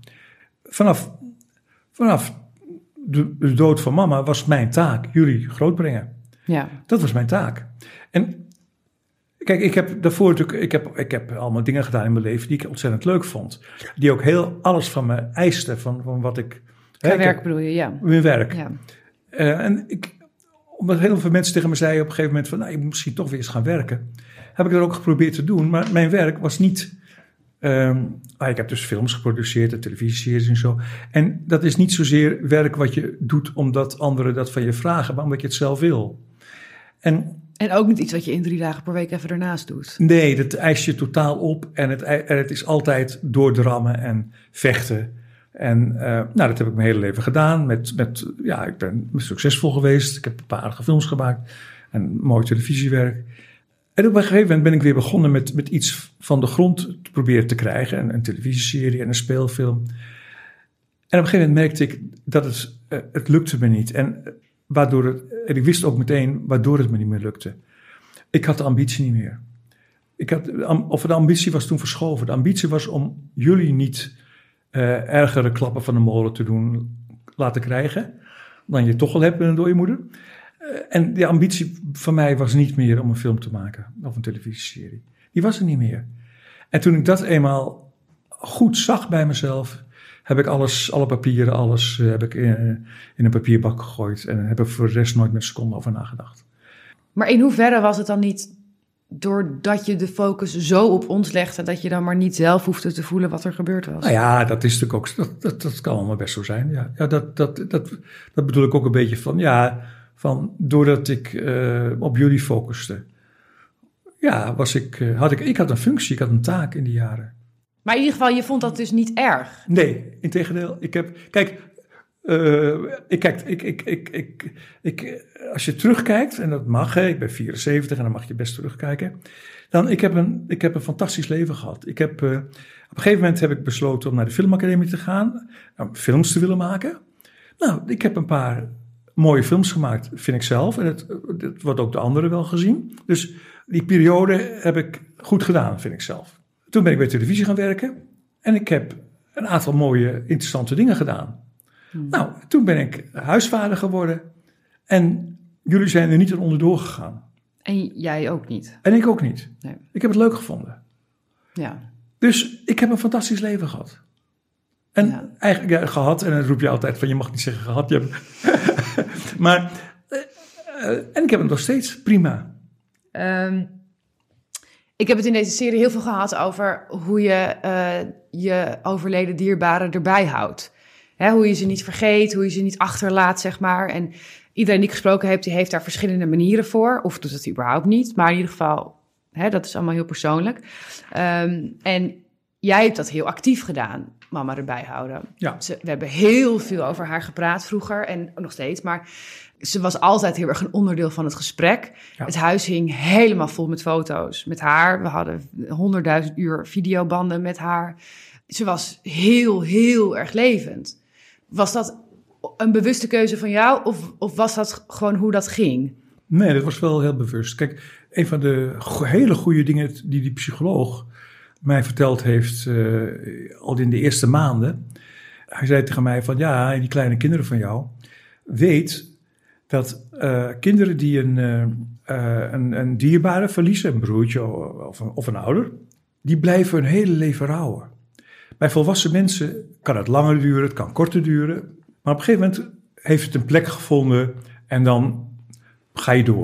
Vanaf de dood van mama was mijn taak jullie grootbrengen. Ja. Dat was mijn taak. En kijk, ik heb daarvoor natuurlijk, ik heb allemaal dingen gedaan in mijn leven die ik ontzettend leuk vond. Die ook alles van me eisten, van wat ik... Qua werk bedoel je, ja. Mijn werk. Ja. Omdat heel veel mensen tegen me zeiden op een gegeven moment van, nou, je moet misschien toch weer eens gaan werken. Heb ik dat ook geprobeerd te doen, maar mijn werk was niet... ik heb dus films geproduceerd en televisieseries en zo. En dat is niet zozeer werk wat je doet omdat anderen dat van je vragen, maar omdat je het zelf wil. En ook niet iets wat je in 3 dagen per week even ernaast doet. Nee, dat eist je totaal op en het is altijd doordrammen en vechten. En dat heb ik mijn hele leven gedaan. Ik ben succesvol geweest. Ik heb een paar aardige films gemaakt en mooi televisiewerk. En op een gegeven moment ben ik weer begonnen met iets van de grond te proberen te krijgen. Een televisieserie en een speelfilm. En op een gegeven moment merkte ik dat het lukte me niet. En ik wist ook meteen waardoor het me niet meer lukte. Ik had de ambitie niet meer. De ambitie was toen verschoven. De ambitie was om jullie niet ergere klappen van de molen laten krijgen dan je toch al hebt met een dode moeder. En de ambitie van mij was niet meer om een film te maken of een televisieserie. Die was er niet meer. En toen ik dat eenmaal goed zag bij mezelf, heb ik alle papieren, heb ik in een papierbak gegooid en heb ik voor de rest nooit meer een seconde over nagedacht. Maar in hoeverre was het dan niet doordat je de focus zo op ons legde dat je dan maar niet zelf hoefde te voelen wat er gebeurd was? Nou ja, dat is natuurlijk ook, dat kan allemaal best zo zijn. Ja, dat bedoel ik ook een beetje van doordat ik op jullie focuste. Ja, ik had een functie, ik had een taak in die jaren. Maar in ieder geval, je vond dat dus niet erg? Nee, integendeel. Als je terugkijkt, en dat mag, ik ben 74 en dan mag je best terugkijken. Dan, ik heb een fantastisch leven gehad. Op een gegeven moment heb ik besloten om naar de filmacademie te gaan, films te willen maken. Nou, ik heb een paar mooie films gemaakt, vind ik zelf. En het wordt ook de anderen wel gezien. Dus die periode heb ik goed gedaan, vind ik zelf. Toen ben ik bij televisie gaan werken. En ik heb een aantal mooie, interessante dingen gedaan. Nou, toen ben ik huisvader geworden. En jullie zijn er niet aan onderdoor gegaan. En jij ook niet? En ik ook niet. Nee. Ik heb het leuk gevonden. Ja. Dus ik heb een fantastisch leven gehad. En eigenlijk gehad, en dan roep je altijd van je mag niet zeggen gehad. Maar, en ik heb het nog steeds prima. Ik heb het in deze serie heel veel gehad over hoe je je overleden dierbaren erbij houdt. Hoe je ze niet vergeet, hoe je ze niet achterlaat, zeg maar. En iedereen die ik gesproken heb, die heeft daar verschillende manieren voor. Of doet het überhaupt niet. Maar in ieder geval, dat is allemaal heel persoonlijk. En jij hebt dat heel actief gedaan, mama erbij houden. Ja. We hebben heel veel over haar gepraat vroeger en nog steeds. Maar ze was altijd heel erg een onderdeel van het gesprek. Ja. Het huis hing helemaal vol met foto's met haar. We hadden 100.000 uur videobanden met haar. Ze was heel, heel erg levend. Was dat een bewuste keuze van jou of was dat gewoon hoe dat ging? Nee, dat was wel heel bewust. Kijk, een van de hele goede dingen die psycholoog mij verteld heeft, al in de eerste maanden. Hij zei tegen mij van ja, die kleine kinderen van jou, weet dat kinderen die een dierbare verliezen, een broertje of een ouder, die blijven hun hele leven rouwen. Bij volwassen mensen kan het langer duren, het kan korter duren. Maar op een gegeven moment heeft het een plek gevonden en dan ga je door.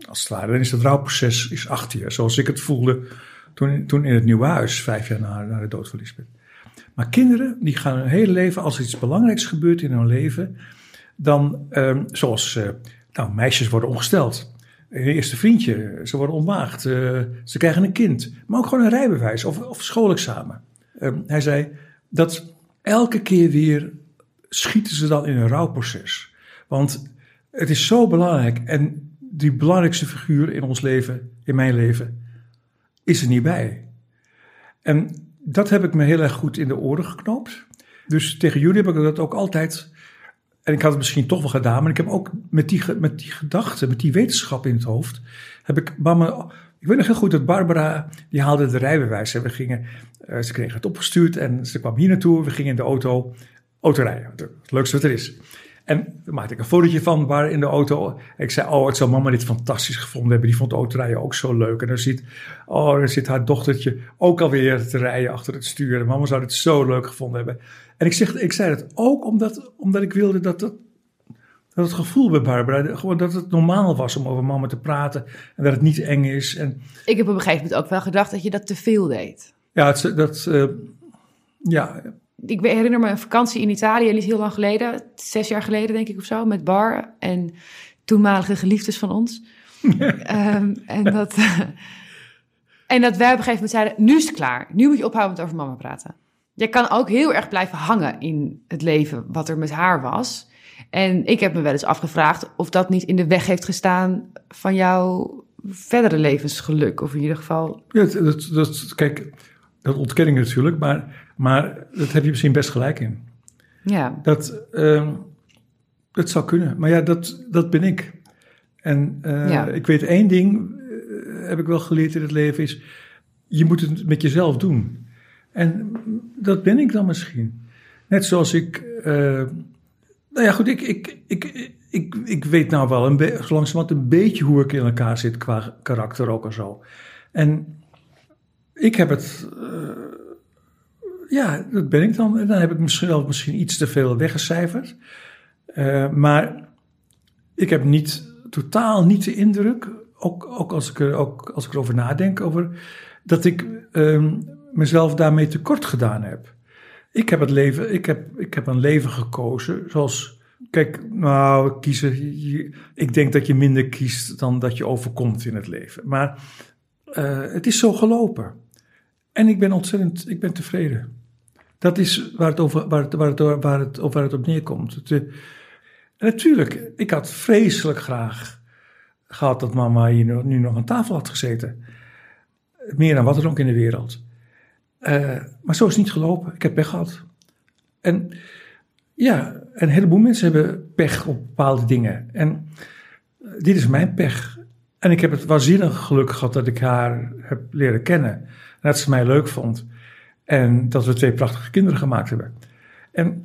als het ware. Dan is het rouwproces achter je. Zoals ik het voelde toen in het nieuwe huis, 5 jaar na de dood van Lisbeth. Maar kinderen, die gaan hun hele leven, als er iets belangrijks gebeurt in hun leven, dan, zoals meisjes worden ongesteld. Hun eerste vriendje, ze worden ontmaagd, ze krijgen een kind. Maar ook gewoon een rijbewijs of schoolexamen. Hij zei dat elke keer weer schieten ze dan in een rouwproces. Want het is zo belangrijk en die belangrijkste figuur in ons leven, in mijn leven, is er niet bij. En dat heb ik me heel erg goed in de oren geknoopt. Dus tegen jullie heb ik dat ook altijd. En ik had het misschien toch wel gedaan, maar ik heb ook met die gedachte, met die wetenschap in het hoofd, heb ik mama. Ik weet nog heel goed dat Barbara, die haalde de rijbewijs. En ze kreeg het opgestuurd en ze kwam hier naartoe. We gingen in de auto rijden. Het leukste wat er is. En toen maakte ik een fotootje van waar in de auto. En ik zei, het zou mama dit fantastisch gevonden hebben. Die vond autorijden ook zo leuk. En dan zit haar dochtertje ook alweer te rijden achter het stuur. En mama zou dit zo leuk gevonden hebben. En ik zei het ook omdat ik wilde dat het gevoel bij Barbara, gewoon dat het normaal was om over mama te praten. En dat het niet eng is. En ik heb op een gegeven moment ook wel gedacht dat je dat te veel deed. Ja, Ik herinner me een vakantie in Italië, niet heel lang geleden, 6 jaar geleden denk ik of zo, met Bar en toenmalige geliefdes van ons. En dat wij op een gegeven moment zeiden, nu is het klaar. Nu moet je ophouden met over mama praten. Je kan ook heel erg blijven hangen in het leven wat er met haar was. En ik heb me wel eens afgevraagd of dat niet in de weg heeft gestaan van jouw verdere levensgeluk. Of in ieder geval. Ja, kijk, dat ontken ik natuurlijk, maar dat heb je misschien best gelijk in. Ja. Dat zou kunnen. Maar ja, dat ben ik. En ik weet 1 ding, heb ik wel geleerd in het leven, is je moet het met jezelf doen. En dat ben ik dan misschien. Net zoals ik. Ik weet nou wel langzamerhand een beetje hoe ik in elkaar zit qua karakter ook en zo. En ik heb het. Dat ben ik dan. En dan heb ik misschien iets te veel weggecijferd. Maar ik heb totaal niet de indruk, ook als ik erover nadenk, dat ik mezelf daarmee tekort gedaan heb. Ik heb een leven gekozen zoals, kijk, ik denk dat je minder kiest dan dat je overkomt in het leven. Maar het is zo gelopen. En ik ben tevreden. Dat is waar het op neerkomt. En natuurlijk, ik had vreselijk graag gehad dat mama hier nu nog aan tafel had gezeten. Meer dan wat er ook in de wereld. Maar zo is het niet gelopen. Ik heb pech gehad. En ja, een heleboel mensen hebben pech op bepaalde dingen. En dit is mijn pech. En ik heb het waanzinnig geluk gehad dat ik haar heb leren kennen. En dat ze mij leuk vond. En dat we 2 prachtige kinderen gemaakt hebben. En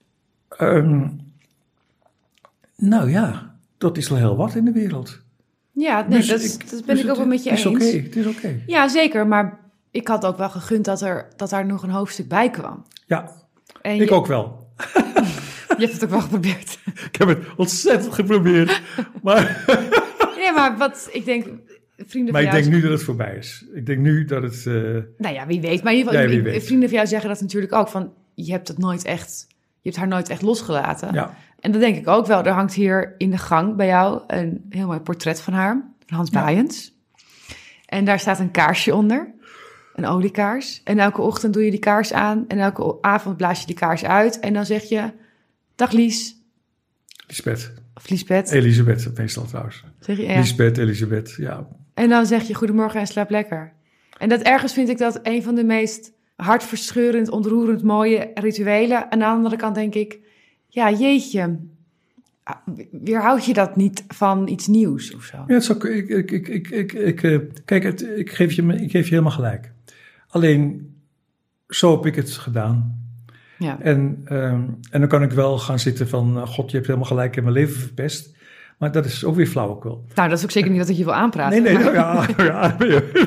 dat is al heel wat in de wereld. Ja, nee, dus dat ben ik ook wel met je eens. Het is oké. Ja, zeker. Maar ik had ook wel gegund dat er nog een hoofdstuk bij kwam. Ja, ik ook wel. Je hebt het ook wel geprobeerd. Ik heb het ontzettend geprobeerd. Maar ja, maar wat ik denk, vrienden maar van jou... ik denk nu dat het voorbij is. Ik denk nu dat het... Nou ja, wie weet. Maar in ieder geval, vrienden van jou zeggen dat natuurlijk ook. Van, je hebt haar nooit echt losgelaten. Ja. En dat denk ik ook wel. Er hangt hier in de gang bij jou een heel mooi portret van haar. Van Hans Baaiens. En daar staat een kaarsje onder. Een oliekaars. En elke ochtend doe je die kaars aan. En elke avond blaas je die kaars uit. En dan zeg je, dag Lies. Lisbeth. Of Lisbeth. Elisabeth, meestal trouwens. Zeg je, ja. Lisbeth, Elisabeth, ja. En dan zeg je goedemorgen en slaap lekker. En dat ergens vind ik dat een van de meest hartverscheurend, ontroerend mooie rituelen. Aan de andere kant denk ik, ja jeetje, weerhoud je dat niet van iets nieuws of zo? Ja, het zou, kijk, ik geef je helemaal gelijk. Alleen, zo heb ik het gedaan. Ja. En dan kan ik wel gaan zitten van, god, je hebt helemaal gelijk in mijn leven verpest. Maar dat is ook weer flauwekul. Nou, dat is ook zeker niet dat ik je wil aanpraten. Nee, maar... ja.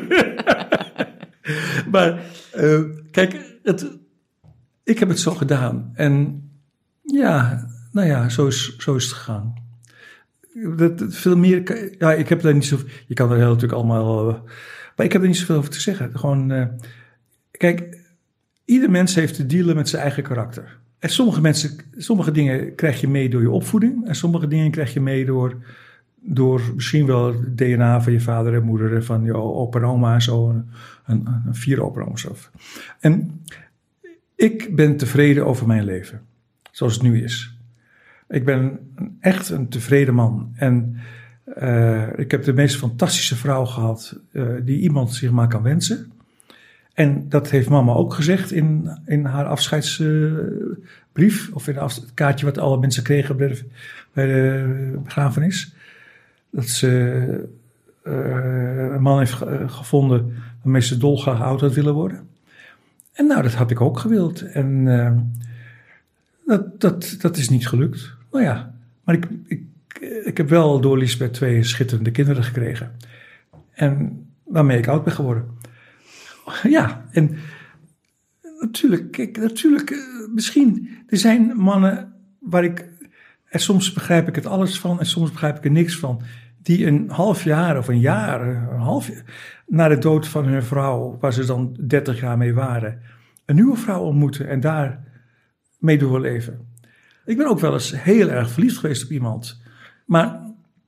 Maar kijk, ik heb het zo gedaan. En ja, nou ja, zo is het gegaan. veel meer... Ja, ik heb daar niet zo... Je kan er natuurlijk allemaal... maar ik heb er niet zoveel over te zeggen. Gewoon... kijk, ieder mens heeft te dealen met zijn eigen karakter. En sommige dingen krijg je mee door je opvoeding. En sommige dingen krijg je mee door misschien wel het DNA van je vader en moeder en van je opa en oma en zo. Een 4 opa en oma's af. En ik ben tevreden over mijn leven. Zoals het nu is. Ik ben echt een tevreden man. En ik heb de meest fantastische vrouw gehad die iemand zich maar kan wensen. En dat heeft mama ook gezegd in haar afscheidsbrief. Of in het kaartje wat alle mensen kregen bij de begrafenis. Dat ze een man heeft gevonden waarmee ze dolgraag oud had willen worden. En nou, dat had ik ook gewild. En dat is niet gelukt. Nou ja, maar ik heb wel door Liesbeth 2 schitterende kinderen gekregen. En waarmee ik oud ben geworden. Ja, en natuurlijk, misschien, er zijn mannen waar en soms begrijp ik het alles van en soms begrijp ik er niks van, die een half jaar of een half jaar na de dood van hun vrouw, waar ze dan 30 jaar mee waren, een nieuwe vrouw ontmoeten en daar mee doorleven. Ik ben ook wel eens heel erg verliefd geweest op iemand, maar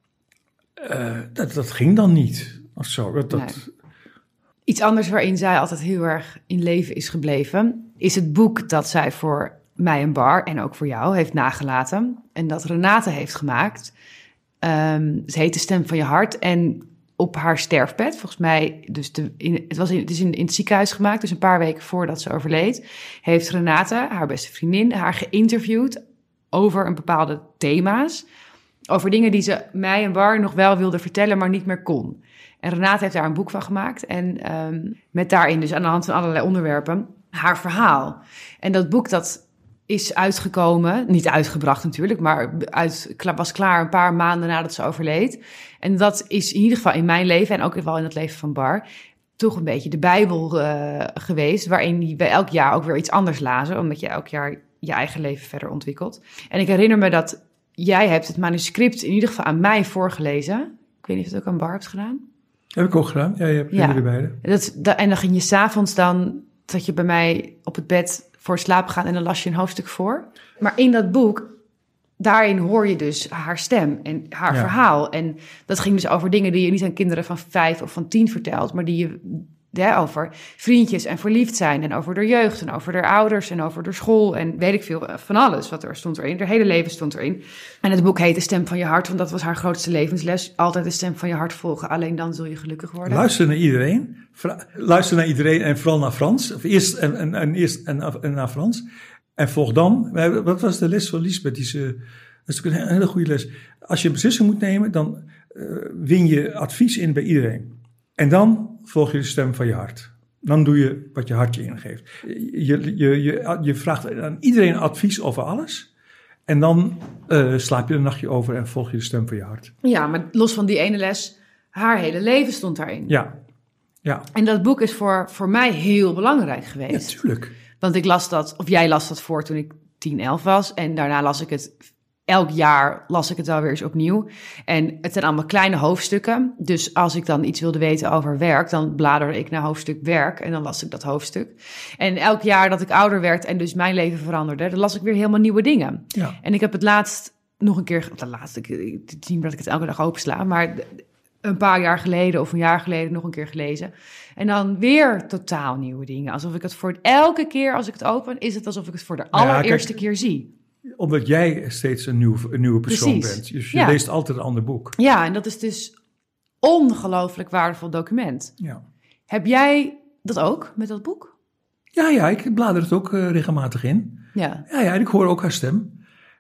dat ging dan niet. Of zo, Nee. Iets anders waarin zij altijd heel erg in leven is gebleven, is het boek dat zij voor mij en Bar en ook voor jou heeft nagelaten. En dat Renate heeft gemaakt. Het heet De Stem van je Hart. En op haar sterfbed, volgens mij, dus het is in het ziekenhuis gemaakt, dus een paar weken voordat ze overleed, heeft Renate, haar beste vriendin, haar geïnterviewd over een bepaalde thema's. Over dingen die ze mij en Bar nog wel wilde vertellen, maar niet meer kon. En Renate heeft daar een boek van gemaakt. En met daarin dus aan de hand van allerlei onderwerpen haar verhaal. En dat boek dat is uitgekomen, niet uitgebracht natuurlijk, maar was klaar een paar maanden nadat ze overleed. En dat is in ieder geval in mijn leven en ook wel in het leven van Bar toch een beetje de Bijbel geweest, waarin we elk jaar ook weer iets anders lazen, omdat je elk jaar je eigen leven verder ontwikkelt. En ik herinner me dat jij hebt het manuscript in ieder geval aan mij voorgelezen. Ik weet niet of je het ook aan Bar hebt gedaan. Heb ik ook gedaan. Ja, je hebt jullie beide. En dan ging je 's avonds zat je bij mij op het bed voor slaap gaan en dan las je een hoofdstuk voor. Maar in dat boek, daarin hoor je dus haar stem en haar verhaal. En dat ging dus over dingen die je niet aan kinderen van 5 of van 10 vertelt, maar die je over vriendjes en verliefd zijn en over de jeugd en over de ouders en over de school en weet ik veel van alles wat er stond erin. Haar hele leven stond erin. En het boek heet De Stem van je Hart, want dat was haar grootste levensles. Altijd de stem van je hart volgen, alleen dan zul je gelukkig worden. Luister naar iedereen. Luister naar iedereen en vooral naar Frans. Of eerst en naar Frans. En volg dan. Wat was de les van Liesbeth? Dat is natuurlijk een hele goede les. Als je een beslissing moet nemen, dan win je advies in bij iedereen. En dan volg je de stem van je hart. Dan doe je wat je hart je ingeeft. Je vraagt aan iedereen advies over alles. En dan slaap je een nachtje over en volg je de stem van je hart. Ja, maar los van die ene les, haar hele leven stond daarin. Ja. En dat boek is voor mij heel belangrijk geweest. Ja, tuurlijk. Want ik las dat, of jij las dat voor toen ik 10, 11 was. En daarna las ik het, elk jaar las ik het wel weer eens opnieuw. En het zijn allemaal kleine hoofdstukken. Dus als ik dan iets wilde weten over werk, dan bladerde ik naar hoofdstuk werk. En dan las ik dat hoofdstuk. En elk jaar dat ik ouder werd en dus mijn leven veranderde, dan las ik weer helemaal nieuwe dingen. Ja. En ik heb het laatst nog een keer, ik zie dat ik het elke dag opensla, maar een paar jaar geleden of een jaar geleden nog een keer gelezen. En dan weer totaal nieuwe dingen. Alsof ik het elke keer als ik het open, is het alsof ik het voor de allereerste keer zie. Omdat jij steeds een nieuwe persoon bent. Dus je leest altijd een ander boek. Ja, en dat is dus ongelooflijk waardevol document. Ja. Heb jij dat ook met dat boek? Ja, ik blader het ook regelmatig in. Ja, en ik hoor ook haar stem.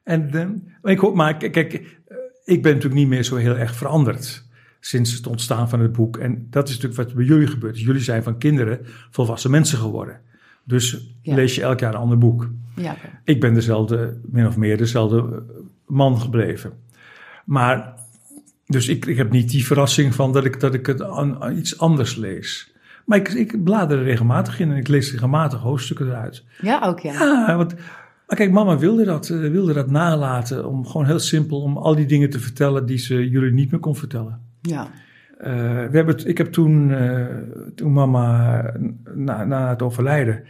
Maar kijk, ik ben natuurlijk niet meer zo heel erg veranderd sinds het ontstaan van het boek. En dat is natuurlijk wat bij jullie gebeurt. Dus jullie zijn van kinderen volwassen mensen geworden. Dus lees je elk jaar een ander boek. Ja. Ik ben min of meer dezelfde man gebleven. Maar, dus ik heb niet die verrassing van dat ik het iets anders lees. Maar ik blader er regelmatig in en ik lees regelmatig hoofdstukken eruit. Ja, ook ja. Ja, want Kijk, mama wilde dat nalaten. Om gewoon heel simpel, om al die dingen te vertellen die ze jullie niet meer kon vertellen. Ja. Ik heb toen mama, na het overlijden,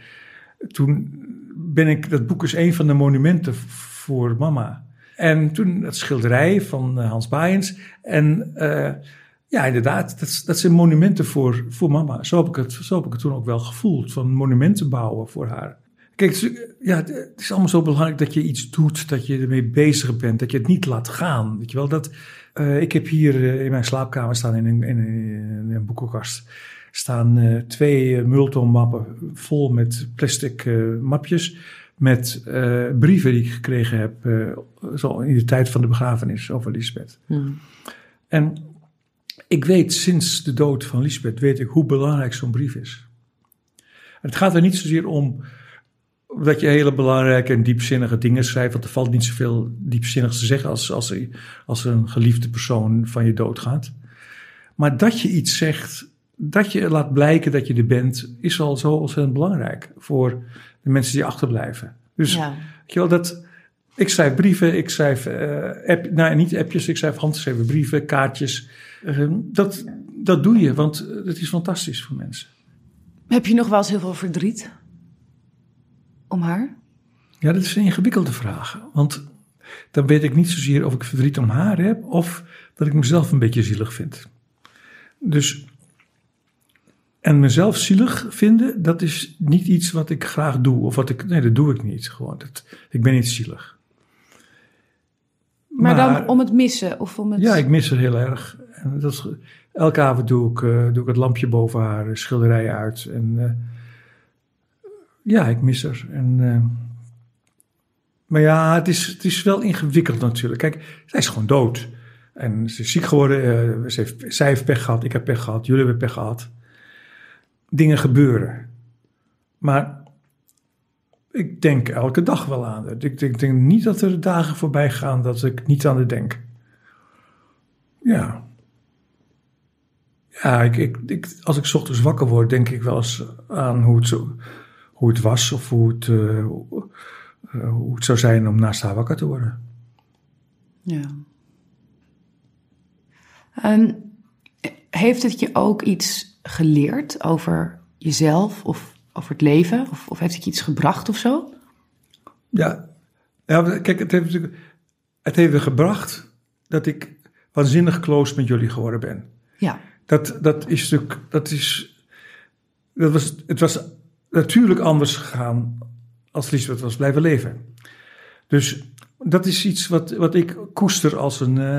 dat boek is een van de monumenten voor mama. En toen het schilderij van Hans Baaiens. En ja, inderdaad, dat zijn monumenten voor mama. Zo heb ik het toen ook wel gevoeld, van monumenten bouwen voor haar. Kijk, het is allemaal zo belangrijk dat je iets doet, dat je ermee bezig bent, dat je het niet laat gaan. Weet je wel, ik heb hier in mijn slaapkamer staan, in een boekenkast, staan 2 Multon-mappen vol met plastic mapjes met brieven die ik gekregen heb zo in de tijd van de begrafenis over Liesbeth. En ik weet sinds de dood van Liesbeth, weet ik hoe belangrijk zo'n brief is. En het gaat er niet zozeer om dat je hele belangrijke en diepzinnige dingen schrijft, want er valt niet zoveel diepzinnigs te zeggen als een geliefde persoon van je doodgaat. Maar dat je iets zegt, dat je laat blijken dat je er bent, is al zo ontzettend belangrijk voor de mensen die achterblijven. Dus weet je wel, ik schrijf brieven, ik schrijf niet appjes, ik schrijf handgeschreven brieven, kaartjes. Dat doe je, want het is fantastisch voor mensen. Heb je nog wel eens heel veel verdriet om haar? Ja, dat is een ingewikkelde vraag. Want dan weet ik niet zozeer of ik verdriet om haar heb of dat ik mezelf een beetje zielig vind. Dus, en mezelf zielig vinden, dat is niet iets wat ik graag doe. Nee, dat doe ik niet. Gewoon, ik ben niet zielig. Maar dan om het missen? Of om het... Ja, ik mis haar heel erg. En elke avond doe ik het lampje boven haar schilderij uit. En ja, ik mis haar. Maar ja, het is wel ingewikkeld natuurlijk. Kijk, zij is gewoon dood. En ze is ziek geworden. Zij heeft pech gehad, ik heb pech gehad, jullie hebben pech gehad. Dingen gebeuren. Maar ik denk elke dag wel aan het. Ik denk niet dat er dagen voorbij gaan dat ik niet aan het denk. Ja. Ja, als ik 's ochtends wakker word, denk ik wel eens aan hoe het was of hoe het zou zijn om naast haar wakker te worden. Ja. Heeft het je ook iets geleerd over jezelf of over het leven? Of heeft het je iets gebracht of zo? Ja, kijk, het heeft me gebracht dat ik waanzinnig close met jullie geworden ben. Ja. Het was natuurlijk anders gegaan als Liesbeth was blijven leven. Dus dat is iets wat ik koester als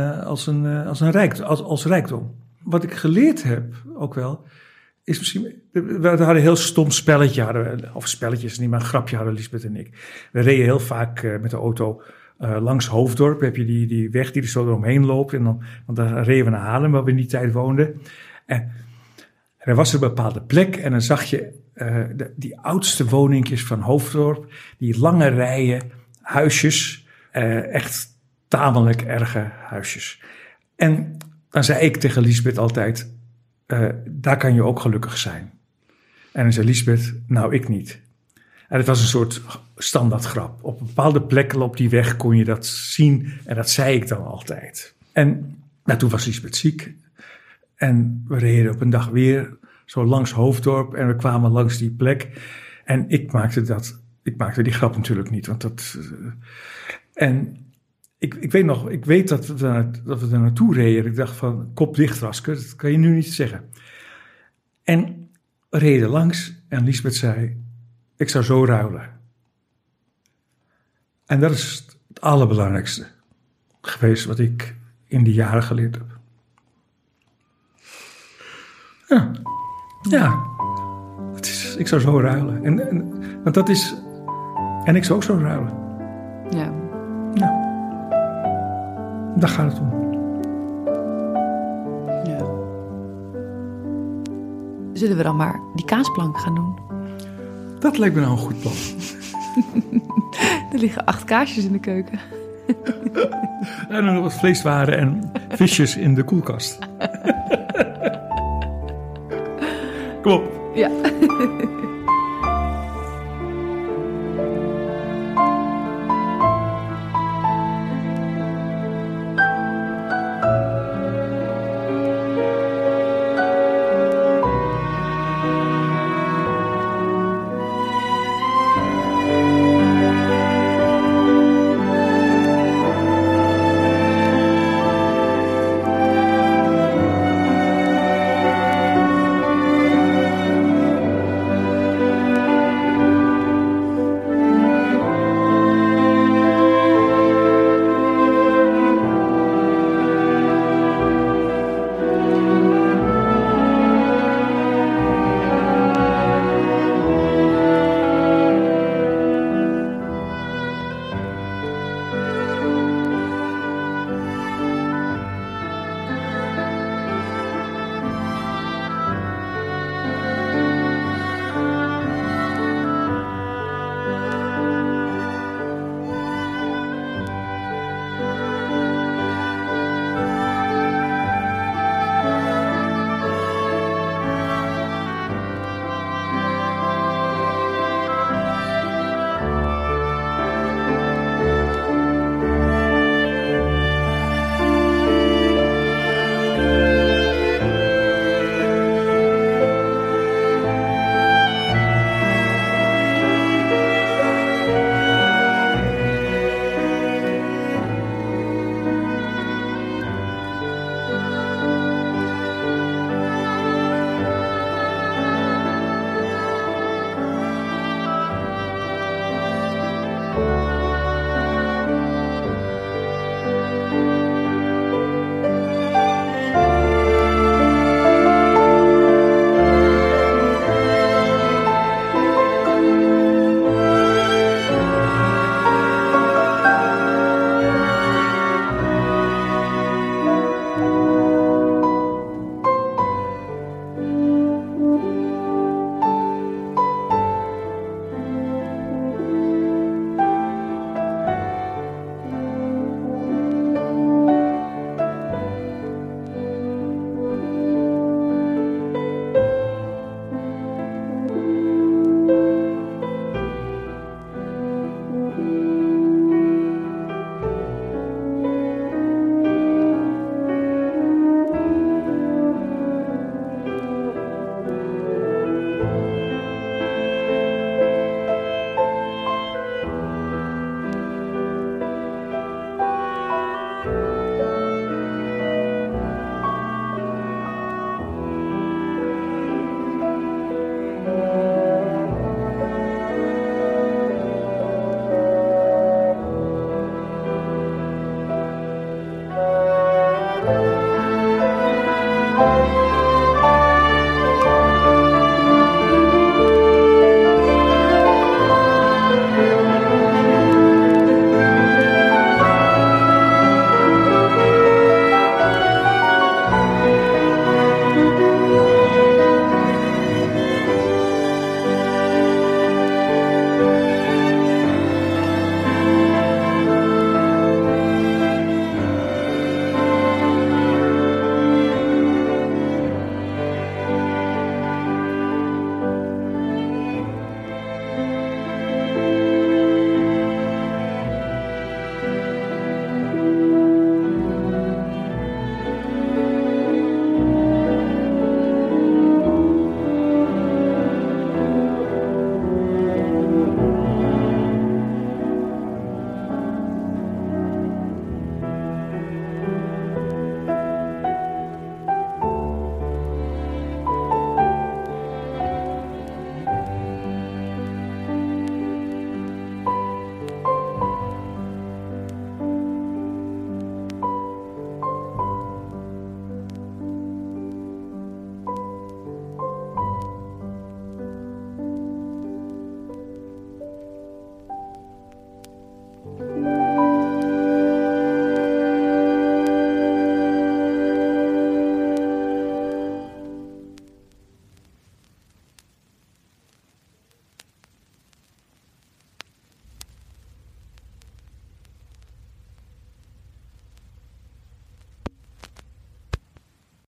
rijkdom. Wat ik geleerd heb ook wel, is misschien... We hadden een heel stom spelletje, of spelletjes, niet maar een grapje hadden Liesbeth en ik. We reden heel vaak met de auto langs Hoofddorp. Heb je die weg die er zo eromheen loopt. Want dan reden we naar Haarlem, waar we in die tijd woonden. En er was een bepaalde plek en dan zag je die oudste woningjes van Hoofddorp. Die lange rijen huisjes, echt tamelijk erge huisjes. En dan zei ik tegen Liesbeth altijd, daar kan je ook gelukkig zijn. En dan zei Liesbeth, nou ik niet. En het was een soort standaardgrap. Op bepaalde plekken op die weg kon je dat zien en dat zei ik dan altijd. En toen was Liesbeth ziek en we reden op een dag weer zo langs Hoofddorp en we kwamen langs die plek. En ik maakte die grap natuurlijk niet, want en ik weet dat we daar naartoe reden. Ik dacht van, kop dicht Raske, dat kan je nu niet zeggen. En we reden langs en Liesbeth zei, ik zou zo ruilen. En dat is het allerbelangrijkste geweest wat ik in die jaren geleerd heb. Ja. Ik zou zo ruilen. En ik zou ook zo ruilen. Ja. Daar gaat het om. Ja. Zullen we dan maar die kaasplank gaan doen? Dat lijkt me nou een goed plan. Er liggen 8 kaasjes in de keuken. En nog wat vleeswaren en visjes in de koelkast. Kom op. Ja. Dag.